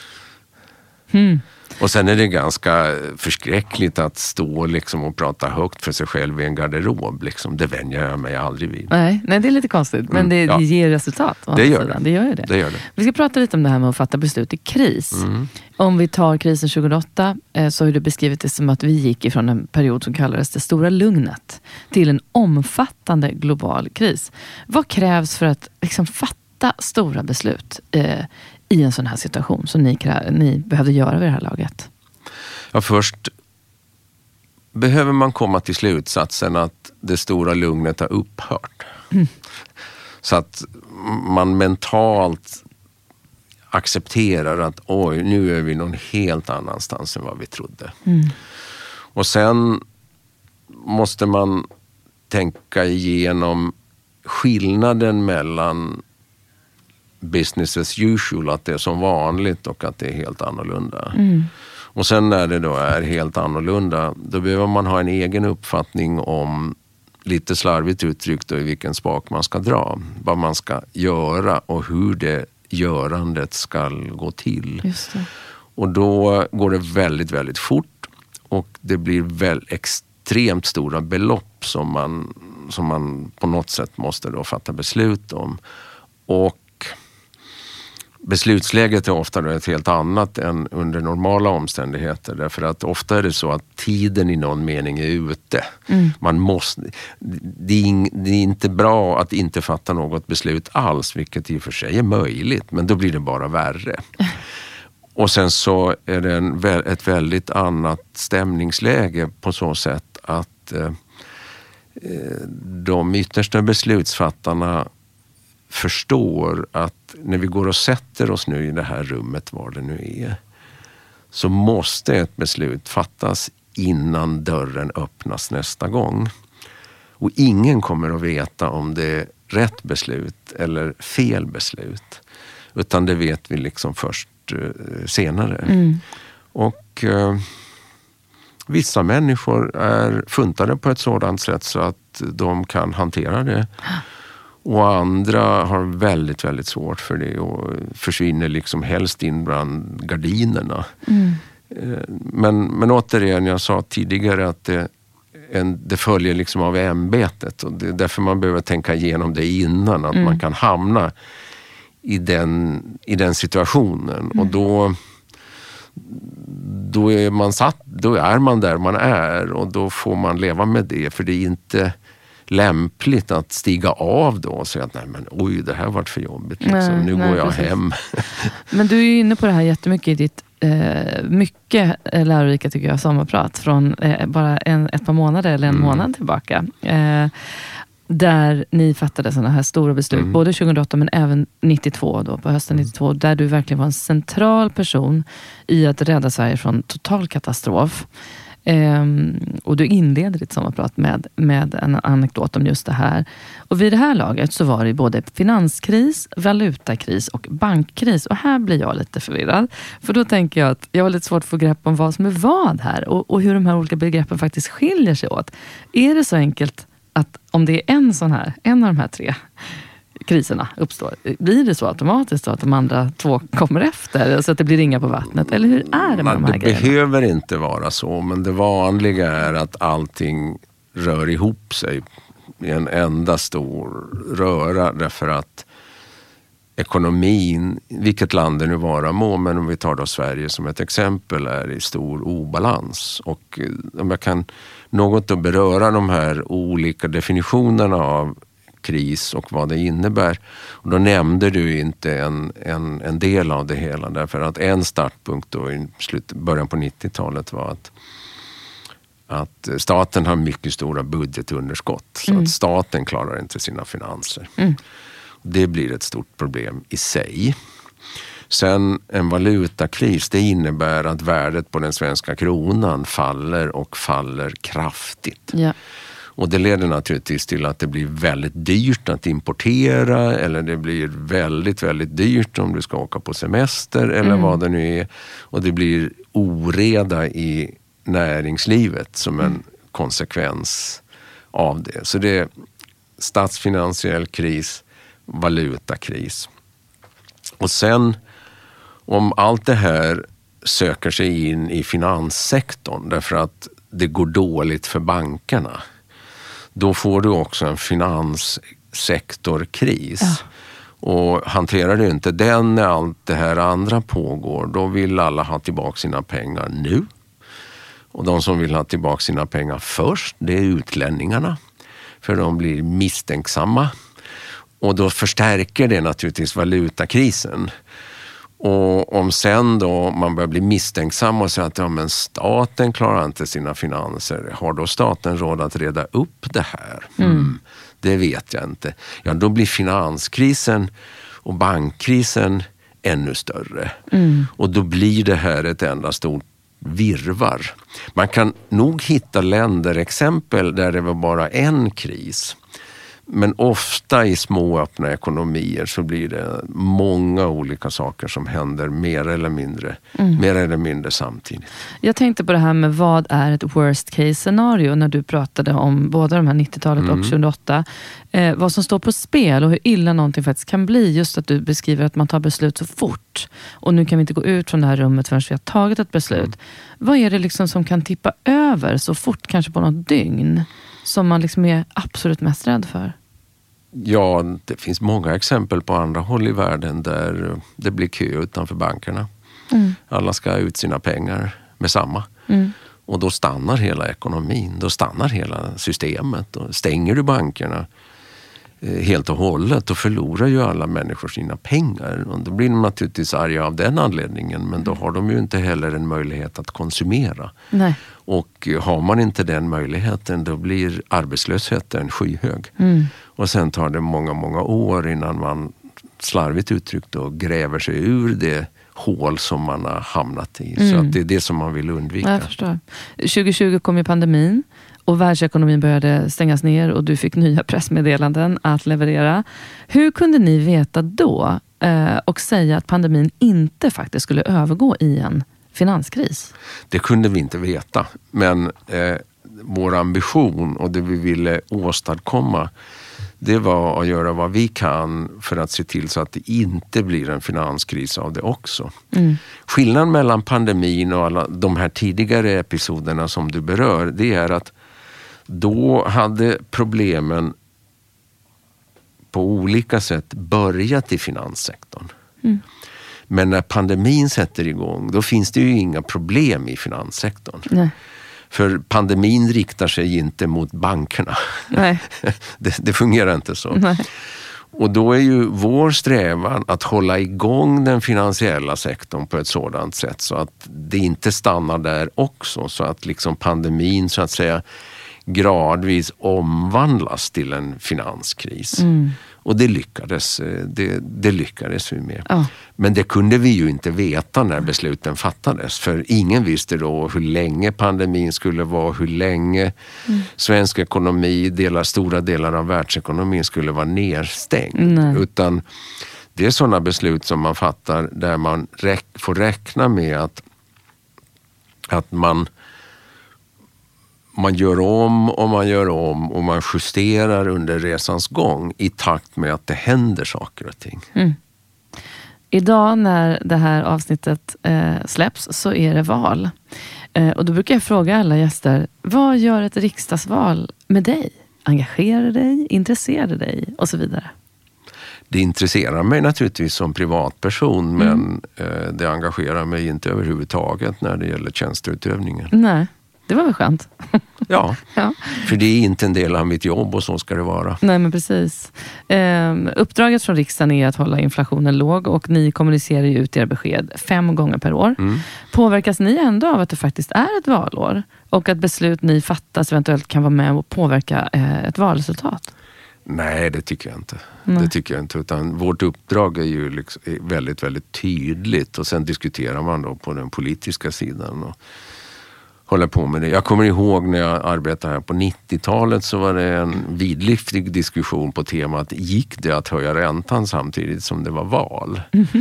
Mm. Och sen är det ganska förskräckligt att stå liksom och prata högt för sig själv i en garderob. Liksom. Det vänjer jag mig aldrig vid. Nej, nej det är lite konstigt. Men det, ja. det ger resultat. Det gör det. det gör ju det. det gör det. Vi ska prata lite om det här med att fatta beslut i kris. Mm. Om vi tar krisen tjugohundraåtta eh, så har du beskrivit det som att vi gick ifrån en period som kallades det stora lugnet till en omfattande global kris. Vad krävs för att liksom, fatta stora beslut eh, i en sån här situation som ni, ni behövde göra vid det här laget? Ja, först behöver man komma till slutsatsen att det stora lugnet har upphört. Mm. Så att man mentalt accepterar att oj, nu är vi någon helt annanstans än vad vi trodde. Mm. Och sen måste man tänka igenom skillnaden mellan business as usual, att det är som vanligt, och att det är helt annorlunda. Mm. Och sen när det då är helt annorlunda, då behöver man ha en egen uppfattning om, lite slarvigt uttryckt, då, i vilken spak man ska dra. Vad man ska göra och hur det görandet ska gå till. Just det. Och då går det väldigt, väldigt fort och det blir väl extremt stora belopp som man som man på något sätt måste då fatta beslut om. Och beslutsläget är ofta då ett helt annat än under normala omständigheter. Därför att ofta är det så att tiden i någon mening är ute. Mm. Man måste, det, är in, det är inte bra att inte fatta något beslut alls, vilket i och för sig är möjligt. Men då blir det bara värre. Och sen så är det en, ett väldigt annat stämningsläge på så sätt att eh, de yttersta beslutsfattarna förstår att när vi går och sätter oss nu i det här rummet, var det nu är, så måste ett beslut fattas innan dörren öppnas nästa gång. Och ingen kommer att veta om det är rätt beslut eller fel beslut. Utan det vet vi liksom först eh, senare. Mm. Och eh, vissa människor är funtade på ett sådant sätt så att de kan hantera det. Och andra har väldigt, väldigt svårt för det och försvinner liksom helst in bland gardinerna. Mm. Men, men återigen, jag sa tidigare att det, en, det följer liksom av ämbetet. Och det är därför man behöver tänka igenom det innan. Att mm. man kan hamna i den, i den situationen. Mm. Och då, då, är man satt, då är man där man är. Och då får man leva med det. För det är inte lämpligt att stiga av då och säga att nej men oj, det här varit för jobbigt liksom. Nej, nu nej, går jag precis. hem. Men du är ju inne på det här jättemycket i ditt eh, mycket lärorika tycker jag sommarprat från eh, bara en, ett par månader eller en mm. månad tillbaka. Eh, där ni fattade sådana här stora beslut, mm. både tjugohundraåtta men även nittiotvå då, på hösten nittiotvå, där du verkligen var en central person i att rädda Sverige från total katastrof. Um, och du inleder ditt sommarprat med, med en anekdot om just det här. Och vid det här laget så var det både finanskris, valutakris och bankkris. Och här blir jag lite förvirrad. För då tänker jag att jag har lite svårt att få grepp om vad som är vad här. Och, och hur de här olika begreppen faktiskt skiljer sig åt. Är det så enkelt att om det är en sån här, en av de här tre kriserna uppstår, blir det så automatiskt då att de andra två kommer efter så att det blir ringar på vattnet? Eller hur är det med Man, de här det grejerna? Det behöver inte vara så, men det vanliga är att allting rör ihop sig i en enda stor röra, därför att ekonomin, vilket land det nu vara må, men om vi tar då Sverige som ett exempel, är i stor obalans. Och om jag kan något då beröra de här olika definitionerna av kris och vad det innebär. Och då nämnde du inte en, en, en del av det hela, därför att en startpunkt då i slut, början på nittiotalet var att, att staten har mycket stora budgetunderskott. Så mm. att staten klarar inte sina finanser. Mm. Det blir ett stort problem i sig. Sen en valutakris, det innebär att värdet på den svenska kronan faller och faller kraftigt. Ja. Och det leder naturligtvis till att det blir väldigt dyrt att importera, eller det blir väldigt, väldigt dyrt om du ska åka på semester eller mm. vad det nu är. Och det blir oreda i näringslivet som en mm. konsekvens av det. Så det är statsfinansiell kris, valutakris. Och sen om allt det här söker sig in i finanssektorn därför att det går dåligt för bankerna, då får du också en finanssektorkris. Ja. Och hanterar du inte den när allt det här andra pågår, då vill alla ha tillbaka sina pengar nu. Och de som vill ha tillbaka sina pengar först, det är utlänningarna. För de blir misstänksamma. Och då förstärker det naturligtvis valutakrisen. Och om sen då man börjar bli misstänksam och säga att ja, men staten klarar inte sina finanser. Har då staten råd att reda upp det här? Mm. Mm, det vet jag inte. Ja, då blir finanskrisen och bankkrisen ännu större. Mm. Och då blir det här ett enda stort virvar. Man kan nog hitta länderexempel där det var bara en kris. Men ofta i små öppna ekonomier så blir det många olika saker som händer mer eller mindre, mm. mer eller mindre samtidigt. Jag tänkte på det här med vad är ett worst case scenario när du pratade om både de här nittiotalet mm. och tjugohundraåtta. Eh, vad som står på spel och hur illa någonting faktiskt kan bli. Just att du beskriver att man tar beslut så fort fort och nu kan vi inte gå ut från det här rummet förrän vi har tagit ett beslut. Mm. Vad är det liksom som kan tippa över så fort, kanske på något dygn, som man liksom är absolut mest rädd för? Ja, det finns många exempel på andra håll i världen där det blir kö utanför bankerna. Mm. Alla ska ha ut sina pengar med samma. Mm. Och då stannar hela ekonomin, då stannar hela systemet. Och stänger du bankerna helt och hållet, och förlorar ju alla människor sina pengar. Och då blir de naturligtvis arga av den anledningen, men då har de ju inte heller en möjlighet att konsumera. Nej. Och har man inte den möjligheten, då blir arbetslösheten skyhög. Mm. Och sen tar det många, många år innan man, slarvigt uttryckt, då gräver sig ur det hål som man har hamnat i. Mm. Så att det är det som man vill undvika. Jag förstår. tjugo tjugo kom ju pandemin. Och världsekonomin började stängas ner och du fick nya pressmeddelanden att leverera. Hur kunde ni veta då eh, och säga att pandemin inte faktiskt skulle övergå i en finanskris? Det kunde vi inte veta. Men eh, vår ambition och det vi ville åstadkomma, det var att göra vad vi kan för att se till så att det inte blir en finanskris av det också. Mm. Skillnaden mellan pandemin och alla de här tidigare episoderna som du berör, det är att då hade problemen på olika sätt börjat i finanssektorn. Mm. Men när pandemin sätter igång, då finns det ju inga problem i finanssektorn. Nej. För pandemin riktar sig inte mot bankerna. Nej. det, det fungerar inte så. Nej. Och då är ju vår strävan att hålla igång den finansiella sektorn på ett sådant sätt så att det inte stannar där också. Så att liksom pandemin, så att säga, gradvis omvandlas till en finanskris. Mm. Och det lyckades, det, det lyckades vi med. Oh. Men det kunde vi ju inte veta när besluten fattades. För ingen visste då hur länge pandemin skulle vara, hur länge mm. svensk ekonomi, delar, stora delar av världsekonomin skulle vara nedstängd. Nej. Utan det är sådana beslut som man fattar där man räk, får räkna med att, att man Man gör om och man gör om och man justerar under resans gång i takt med att det händer saker och ting. Mm. Idag när det här avsnittet eh, släpps så är det val. Eh, och då brukar jag fråga alla gäster, vad gör ett riksdagsval med dig? Engagerar dig? Intresserar dig? Och så vidare. Det intresserar mig naturligtvis som privatperson, mm. men eh, det engagerar mig inte överhuvudtaget när det gäller tjänsteutövningen. Nej. Det var väl skönt. Ja, ja, för det är inte en del av mitt jobb och så ska det vara. Nej, men precis. Eh, uppdraget från riksdagen är att hålla inflationen låg och ni kommunicerar ju ut era besked fem gånger per år. Mm. Påverkas ni ändå av att det faktiskt är ett valår och att beslut ni fattas eventuellt kan vara med och påverka eh, ett valresultat? Nej, det tycker jag inte. Nej. Det tycker jag inte. Utan vårt uppdrag är ju liksom väldigt, väldigt tydligt och sen diskuterar man då på den politiska sidan och håller på med det. Jag kommer ihåg när jag arbetade här på nittiotalet så var det en vidlyftig diskussion på temat, gick det att höja räntan samtidigt som det var val? Mm-hmm.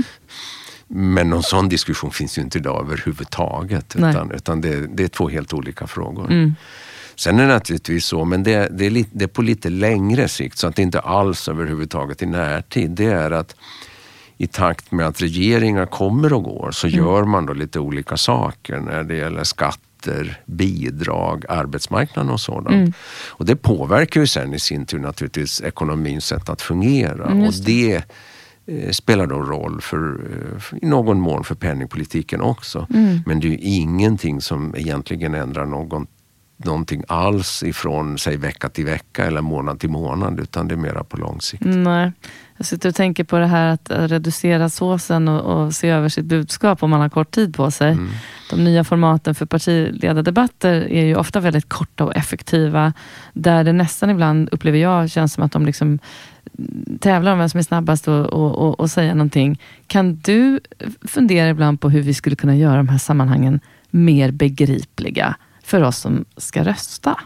Men någon sån diskussion finns ju inte idag överhuvudtaget. Utan, utan det, det är två helt olika frågor. Mm. Sen är det naturligtvis så, men det, det, är lite, det är på lite längre sikt så att det inte alls överhuvudtaget i närtid. Det är att i takt med att regeringar kommer och går så mm. gör man då lite olika saker när det gäller skatter, bidrag, arbetsmarknaden och sådant. Mm. Och det påverkar ju sen i sin tur naturligtvis ekonomins sätt att fungera. Mm, och det eh, spelar då roll för, för, i någon mån för penningpolitiken också. Mm. Men det är ju ingenting som egentligen ändrar någon, någonting alls ifrån säg vecka till vecka eller månad till månad, utan det är mera på lång sikt. Nej. Jag sitter och tänker på det här att reducera såsen och, och se över sitt budskap om man har kort tid på sig. Mm. De nya formaten för partiledardebatter är ju ofta väldigt korta och effektiva. Där det nästan ibland, upplever jag, känns som att de liksom tävlar om vem som är snabbast och, och, och, och säga någonting. Kan du fundera ibland på hur vi skulle kunna göra de här sammanhangen mer begripliga för oss som ska rösta?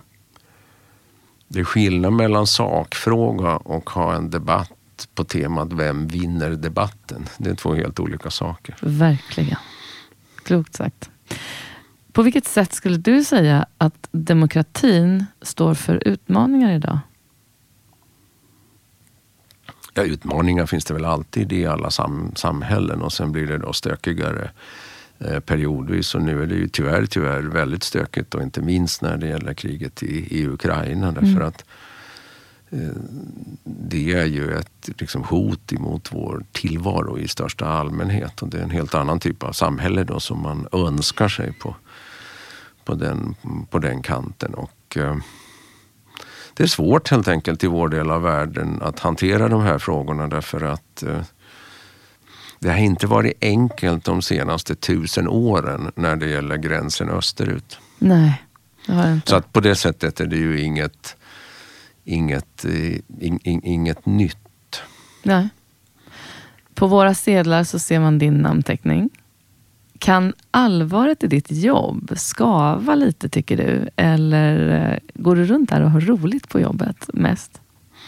Det är skillnad mellan sakfråga och ha en debatt på temat vem vinner debatten. Det är två helt olika saker. Verkligen. Klokt sagt. På vilket sätt skulle du säga att demokratin står för utmaningar idag? Ja, utmaningar finns det väl alltid i alla sam- samhällen och sen blir det då stökigare eh, periodvis. Och nu är det ju tyvärr, tyvärr väldigt stökigt och inte minst när det gäller kriget i, i Ukraina. Därför mm. att eh, det är ju ett liksom, hot emot vår tillvaro i största allmänhet. Och det är en helt annan typ av samhälle då som man önskar sig på, på, den, på den kanten. Och eh, det är svårt helt enkelt i vår del av världen att hantera de här frågorna därför att eh, det har inte varit enkelt de senaste tusen åren när det gäller gränsen österut. Nej, det har det inte. Så att på det sättet är det ju inget, inget, in, in, inget nytt. Nej. På våra sedlar så ser man din namnteckning. Kan allvaret i ditt jobb skava lite tycker du? Eller går du runt där och har roligt på jobbet mest?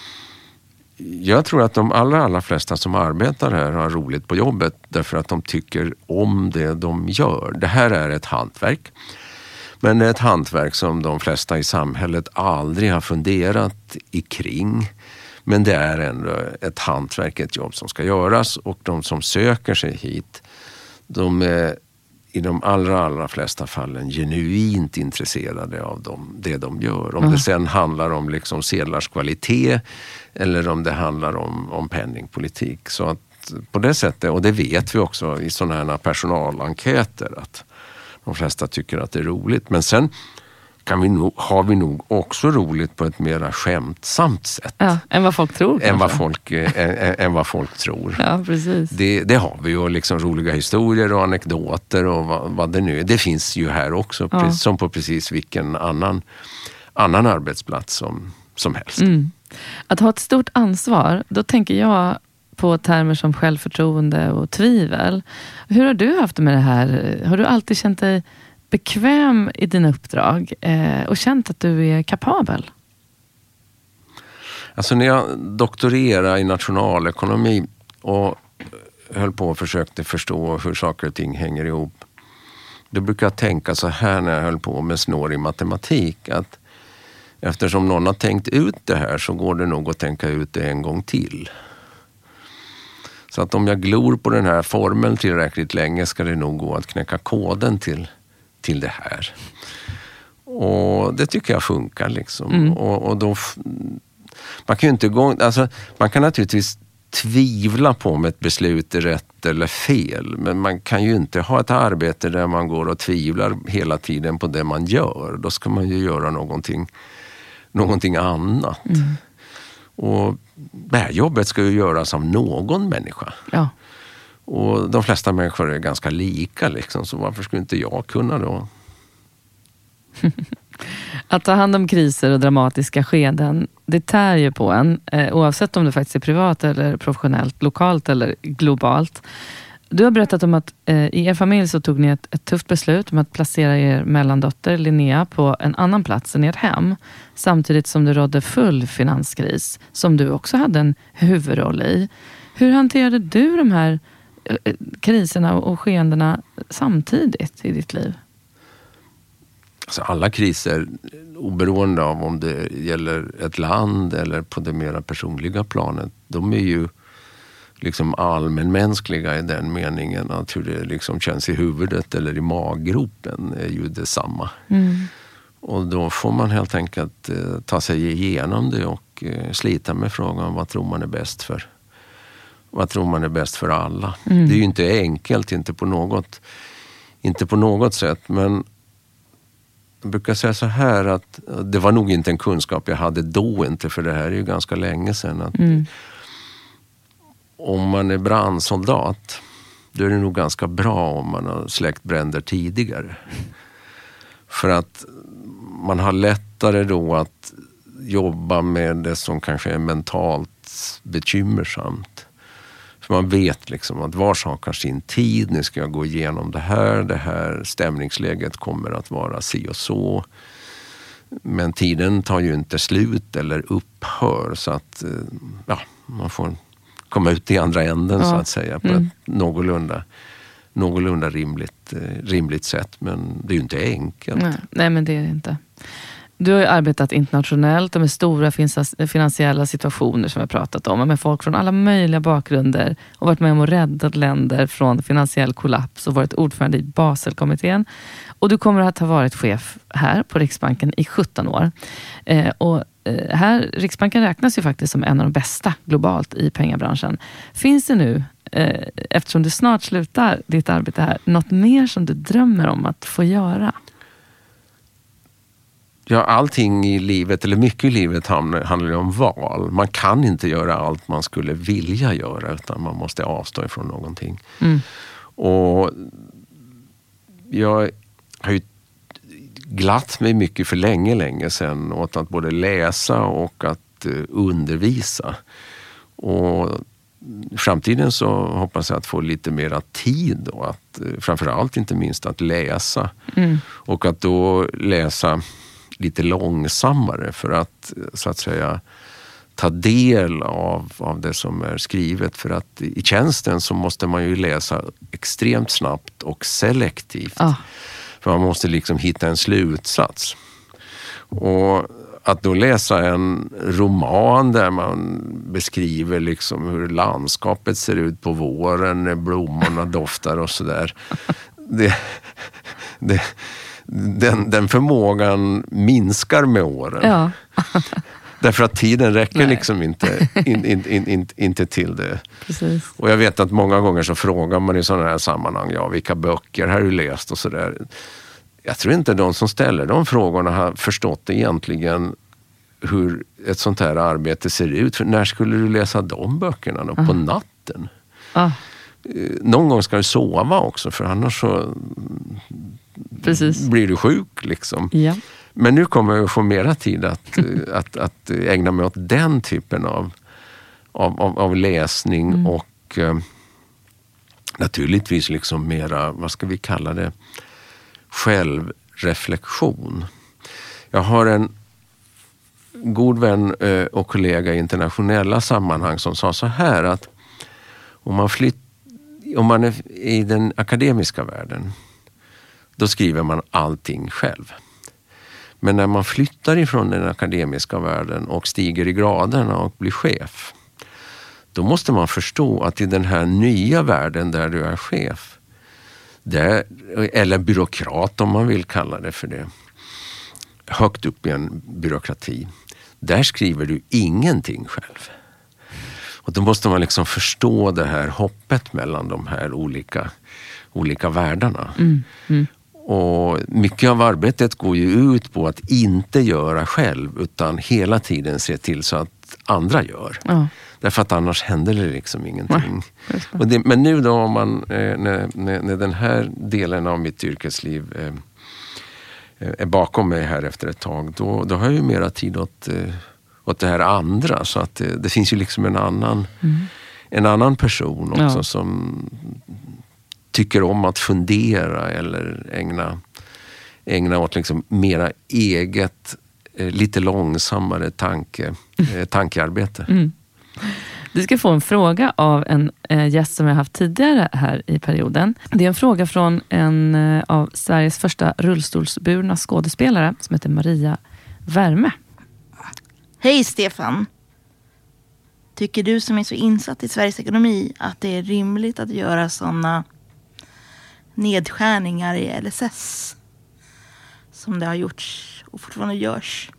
Jag tror att de allra, allra flesta som arbetar här har roligt på jobbet därför att de tycker om det de gör. Det här är ett hantverk. Men det är ett hantverk som de flesta i samhället aldrig har funderat ikring. Men det är ändå ett hantverk, ett jobb som ska göras och de som söker sig hit, de är i de allra, allra flesta fallen genuint intresserade av dem, det de gör. Om mm. det sen handlar om liksom sedlars kvalitet eller om det handlar om, om penningpolitik. Så att på det sättet, och det vet vi också i sådana här personalenkäter, att de flesta tycker att det är roligt. Men sen kan vi nog, har vi nog också roligt på ett mera skämtsamt sätt. Ja, än vad folk tror. Än vad folk, än, än vad folk tror. Ja, precis. Det, det har vi ju, liksom roliga historier och anekdoter och vad, vad det nu är. Det finns ju här också, ja. precis, som på precis vilken annan, annan arbetsplats som, som helst. Mm. Att ha ett stort ansvar, då tänker jag på termer som självförtroende och tvivel. Hur har du haft det med det här? Har du alltid känt dig bekväm i dina uppdrag eh, och känt att du är kapabel? Alltså när jag doktorerade i nationalekonomi och höll på och försökte förstå hur saker och ting hänger ihop, då brukar jag tänka så här när jag höll på med snårig matematik, att eftersom någon har tänkt ut det här så går det nog att tänka ut det en gång till. Så att om jag glor på den här formeln tillräckligt länge ska det nog gå att knäcka koden till till det här. Och det tycker jag funkar liksom. Mm. Och, och då, man kan ju inte gå, alltså man kan naturligtvis tvivla på om ett beslut är rätt eller fel, men man kan ju inte ha ett arbete där man går och tvivlar hela tiden på det man gör. Då ska man ju göra någonting, någonting annat. Mm. Och det här jobbet ska ju göras av någon människa. Ja. Och de flesta människor är ganska lika liksom, så varför skulle inte jag kunna då? Att ta hand om kriser och dramatiska skeden, det tär ju på en, eh, oavsett om det faktiskt är privat eller professionellt, lokalt eller globalt. Du har berättat om att eh, i er familj så tog ni ett, ett tufft beslut om att placera er mellandotter Linnea på en annan plats än ert hem, samtidigt som det rådde full finanskris, som du också hade en huvudroll i. Hur hanterade du de här kriserna och skeendena samtidigt i ditt liv? Alltså alla kriser, oberoende av om det gäller ett land eller på det mera personliga planet, de är ju liksom allmänmänskliga i den meningen att hur det liksom känns i huvudet eller i maggropen är ju detsamma. Mm. Och då får man helt enkelt eh, ta sig igenom det och eh, slita med frågan vad tror man är bäst för. Vad tror man är bäst för alla? Mm. Det är ju inte enkelt, inte på något, inte på något sätt. Men jag brukar säga så här att det var nog inte en kunskap jag hade då inte, för det här är ju ganska länge sedan. Att mm. om man är brandsoldat, då är det nog ganska bra om man har släckt bränder tidigare. För att man har lättare då att jobba med det som kanske är mentalt bekymmersamt. För man vet liksom att var sak har sin tid. Nu ska jag gå igenom det här. Det här stämningsläget kommer att vara si och så. Men tiden tar ju inte slut eller upphör. Så att ja, man får komma ut i andra änden ja. så att säga. På mm. ett någorlunda, någorlunda rimligt, rimligt sätt. Men det är ju inte enkelt. Nej, nej men det är det inte. Du har ju arbetat internationellt och med stora finansiella situationer som vi har pratat om. Med folk från alla möjliga bakgrunder och varit med om att rädda länder från finansiell kollaps och varit ordförande i Baselkommittén. Och du kommer att ha varit chef här på Riksbanken i sjutton år. Eh, och eh, här, Riksbanken räknas ju faktiskt som en av de bästa globalt i pengabranschen. Finns det nu, eh, eftersom du snart slutar ditt arbete här, något mer som du drömmer om att få göra? Ja, allting i livet, eller mycket i livet handlar ju om val. Man kan inte göra allt man skulle vilja göra, utan man måste avstå ifrån någonting. Mm. Och jag har ju glatt mig mycket för länge, länge sedan åt att både läsa och att undervisa. Och i framtiden så hoppas jag att få lite mera tid då, att framförallt inte minst att läsa. Mm. Och att då läsa lite långsammare för att så att säga ta del av, av det som är skrivet. För att i tjänsten så måste man ju läsa extremt snabbt och selektivt. Ah. För man måste liksom hitta en slutsats. Och att då läsa en roman där man beskriver liksom hur landskapet ser ut på våren när blommorna doftar och sådär. Det... det Den, den förmågan minskar med åren. Ja. Därför att tiden räcker Nej. liksom inte, in, in, in, in, inte till det. Precis. Och jag vet att många gånger så frågar man i sådana här sammanhang, ja, vilka böcker har du läst och sådär. Jag tror inte de som ställer de frågorna har förstått egentligen hur ett sånt här arbete ser ut. För när skulle du läsa de böckerna då? Ah. På natten? Ah. Någon gång ska du sova också, för annars så Precis. blir du sjuk liksom. Ja. Men nu kommer jag att få mera tid att, att, att ägna mig åt den typen av, av, av, av läsning mm. och eh, naturligtvis liksom mera, vad ska vi kalla det, självreflektion. Jag har en god vän eh, och kollega i internationella sammanhang som sa så här att om man flyttar Om man är i den akademiska världen, då skriver man allting själv. Men när man flyttar ifrån den akademiska världen och stiger i graderna och blir chef, då måste man förstå att i den här nya världen där du är chef, där, eller byråkrat om man vill kalla det för det, högt upp i en byråkrati, där skriver du ingenting själv. Och då måste man liksom förstå det här hoppet mellan de här olika, olika världarna. Mm, mm. Och mycket av arbetet går ju ut på att inte göra själv, utan hela tiden se till så att andra gör. Ja. Därför att annars händer det liksom ingenting. Ja, och det, men nu då, om man, eh, när, när, när den här delen av mitt yrkesliv eh, är bakom mig här efter ett tag, då, då har jag ju mera tid åt... Eh, åt det här andra, så att det, det finns ju liksom en annan mm. en annan person också ja. som tycker om att fundera eller ägna ägna åt liksom mera eget eh, lite långsammare tanke, eh, tankearbete. Mm. Du ska få en fråga av en eh, gäst som jag haft tidigare här i perioden. Det är en fråga från en eh, av Sveriges första rullstolsburna skådespelare som heter Maria Värme. Hej Stefan! Tycker du som är så insatt i Sveriges ekonomi att det är rimligt att göra sådana nedskärningar i L S S som det har gjorts och fortfarande görs?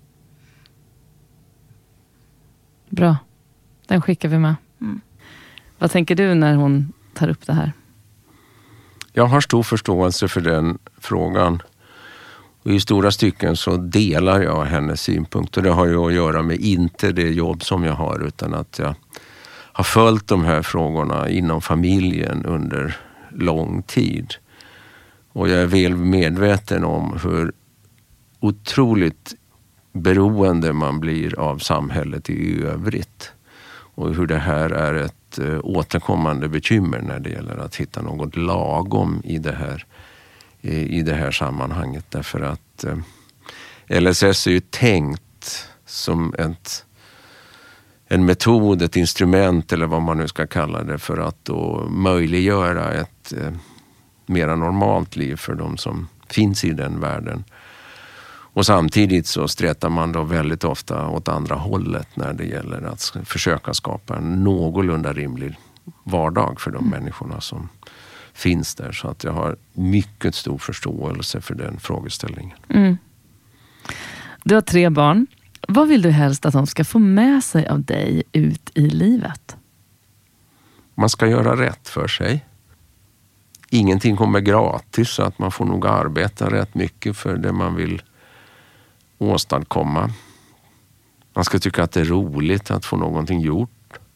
Bra. Den skickar vi med. Mm. Vad tänker du när hon tar upp det här? Jag har stor förståelse för den frågan. Och i stora stycken så delar jag hennes synpunkter. Det har ju att göra med inte det jobb som jag har, utan att jag har följt de här frågorna inom familjen under lång tid. Och jag är väl medveten om hur otroligt beroende man blir av samhället i övrigt. Och hur det här är ett äh, återkommande bekymmer när det gäller att hitta något lagom i det här i det här sammanhanget. Därför att eh, L S S är ju tänkt som ett, en metod, ett instrument eller vad man nu ska kalla det, för att då möjliggöra ett eh, mera normalt liv för de som finns i den världen. Och samtidigt så stretar man då väldigt ofta åt andra hållet när det gäller att försöka skapa en någorlunda rimlig vardag för de mm. människorna som finns där. Så att jag har mycket stor förståelse för den frågeställningen. Mm. Du har tre barn. Vad vill du helst att de ska få med sig av dig ut i livet? Man ska göra rätt för sig. Ingenting kommer gratis, så att man får nog arbeta rätt mycket för det man vill åstadkomma. Man ska tycka att det är roligt att få någonting gjort.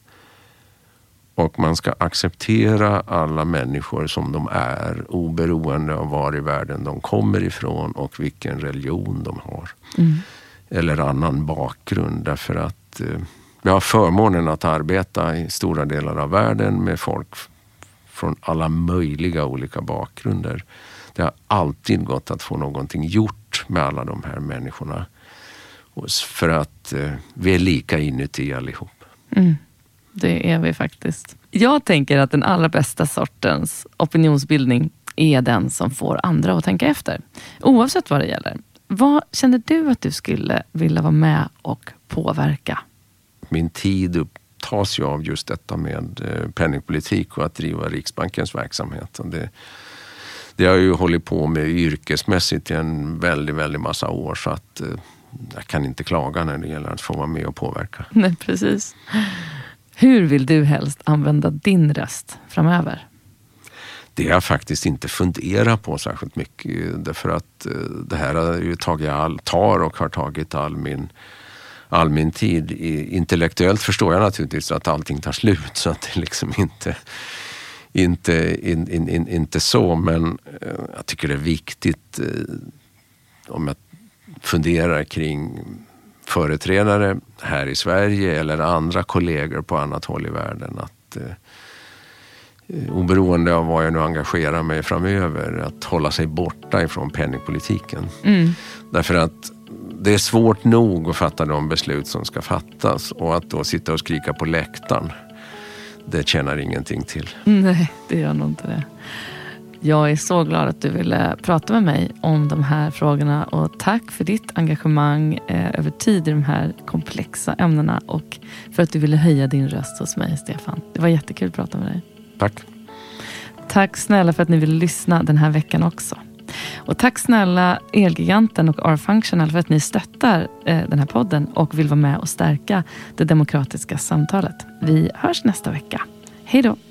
Och man ska acceptera alla människor som de är, oberoende av var i världen de kommer ifrån och vilken religion de har. Mm. Eller annan bakgrund, därför att eh, jag har förmånen att arbeta i stora delar av världen med folk från alla möjliga olika bakgrunder. Det har alltid gått att få någonting gjort med alla de här människorna. För att eh, vi är lika inuti allihop. Mm. Det är vi faktiskt. Jag tänker att den allra bästa sortens opinionsbildning är den som får andra att tänka efter. Oavsett vad det gäller. Vad känner du att du skulle vilja vara med och påverka? Min tid upptas ju av just detta med penningpolitik och att driva Riksbankens verksamhet. Och det, det har jag ju hållit på med yrkesmässigt i en väldigt, väldigt massa år, så att jag kan inte klaga när det gäller att få vara med och påverka. Nej, precis. Hur vill du helst använda din röst framöver? Det har jag faktiskt inte funderat på särskilt mycket. Därför att det här har ju tagit all, tar och har tagit all min, all min tid. Intellektuellt förstår jag naturligtvis att allting tar slut. Så att det liksom inte, inte, in, in, in, inte så. Men jag tycker det är viktigt om jag funderar kring företrädare här i Sverige eller andra kollegor på annat håll i världen, att eh, oberoende av vad jag nu engagerar mig framöver, att hålla sig borta ifrån penningpolitiken. Mm. Därför att det är svårt nog att fatta de beslut som ska fattas, och att då sitta och skrika på läktaren, det tjänar ingenting till. Nej, det gör nog inte det. Jag är så glad att du ville prata med mig om de här frågorna, och tack för ditt engagemang eh, över tid i de här komplexa ämnena, och för att du ville höja din röst hos mig, Stefan. Det var jättekul att prata med dig. Tack. Tack snälla för att ni ville lyssna den här veckan också. Och tack snälla Elgiganten och R-Functional för att ni stöttar eh, den här podden och vill vara med och stärka det demokratiska samtalet. Vi hörs nästa vecka. Hej då!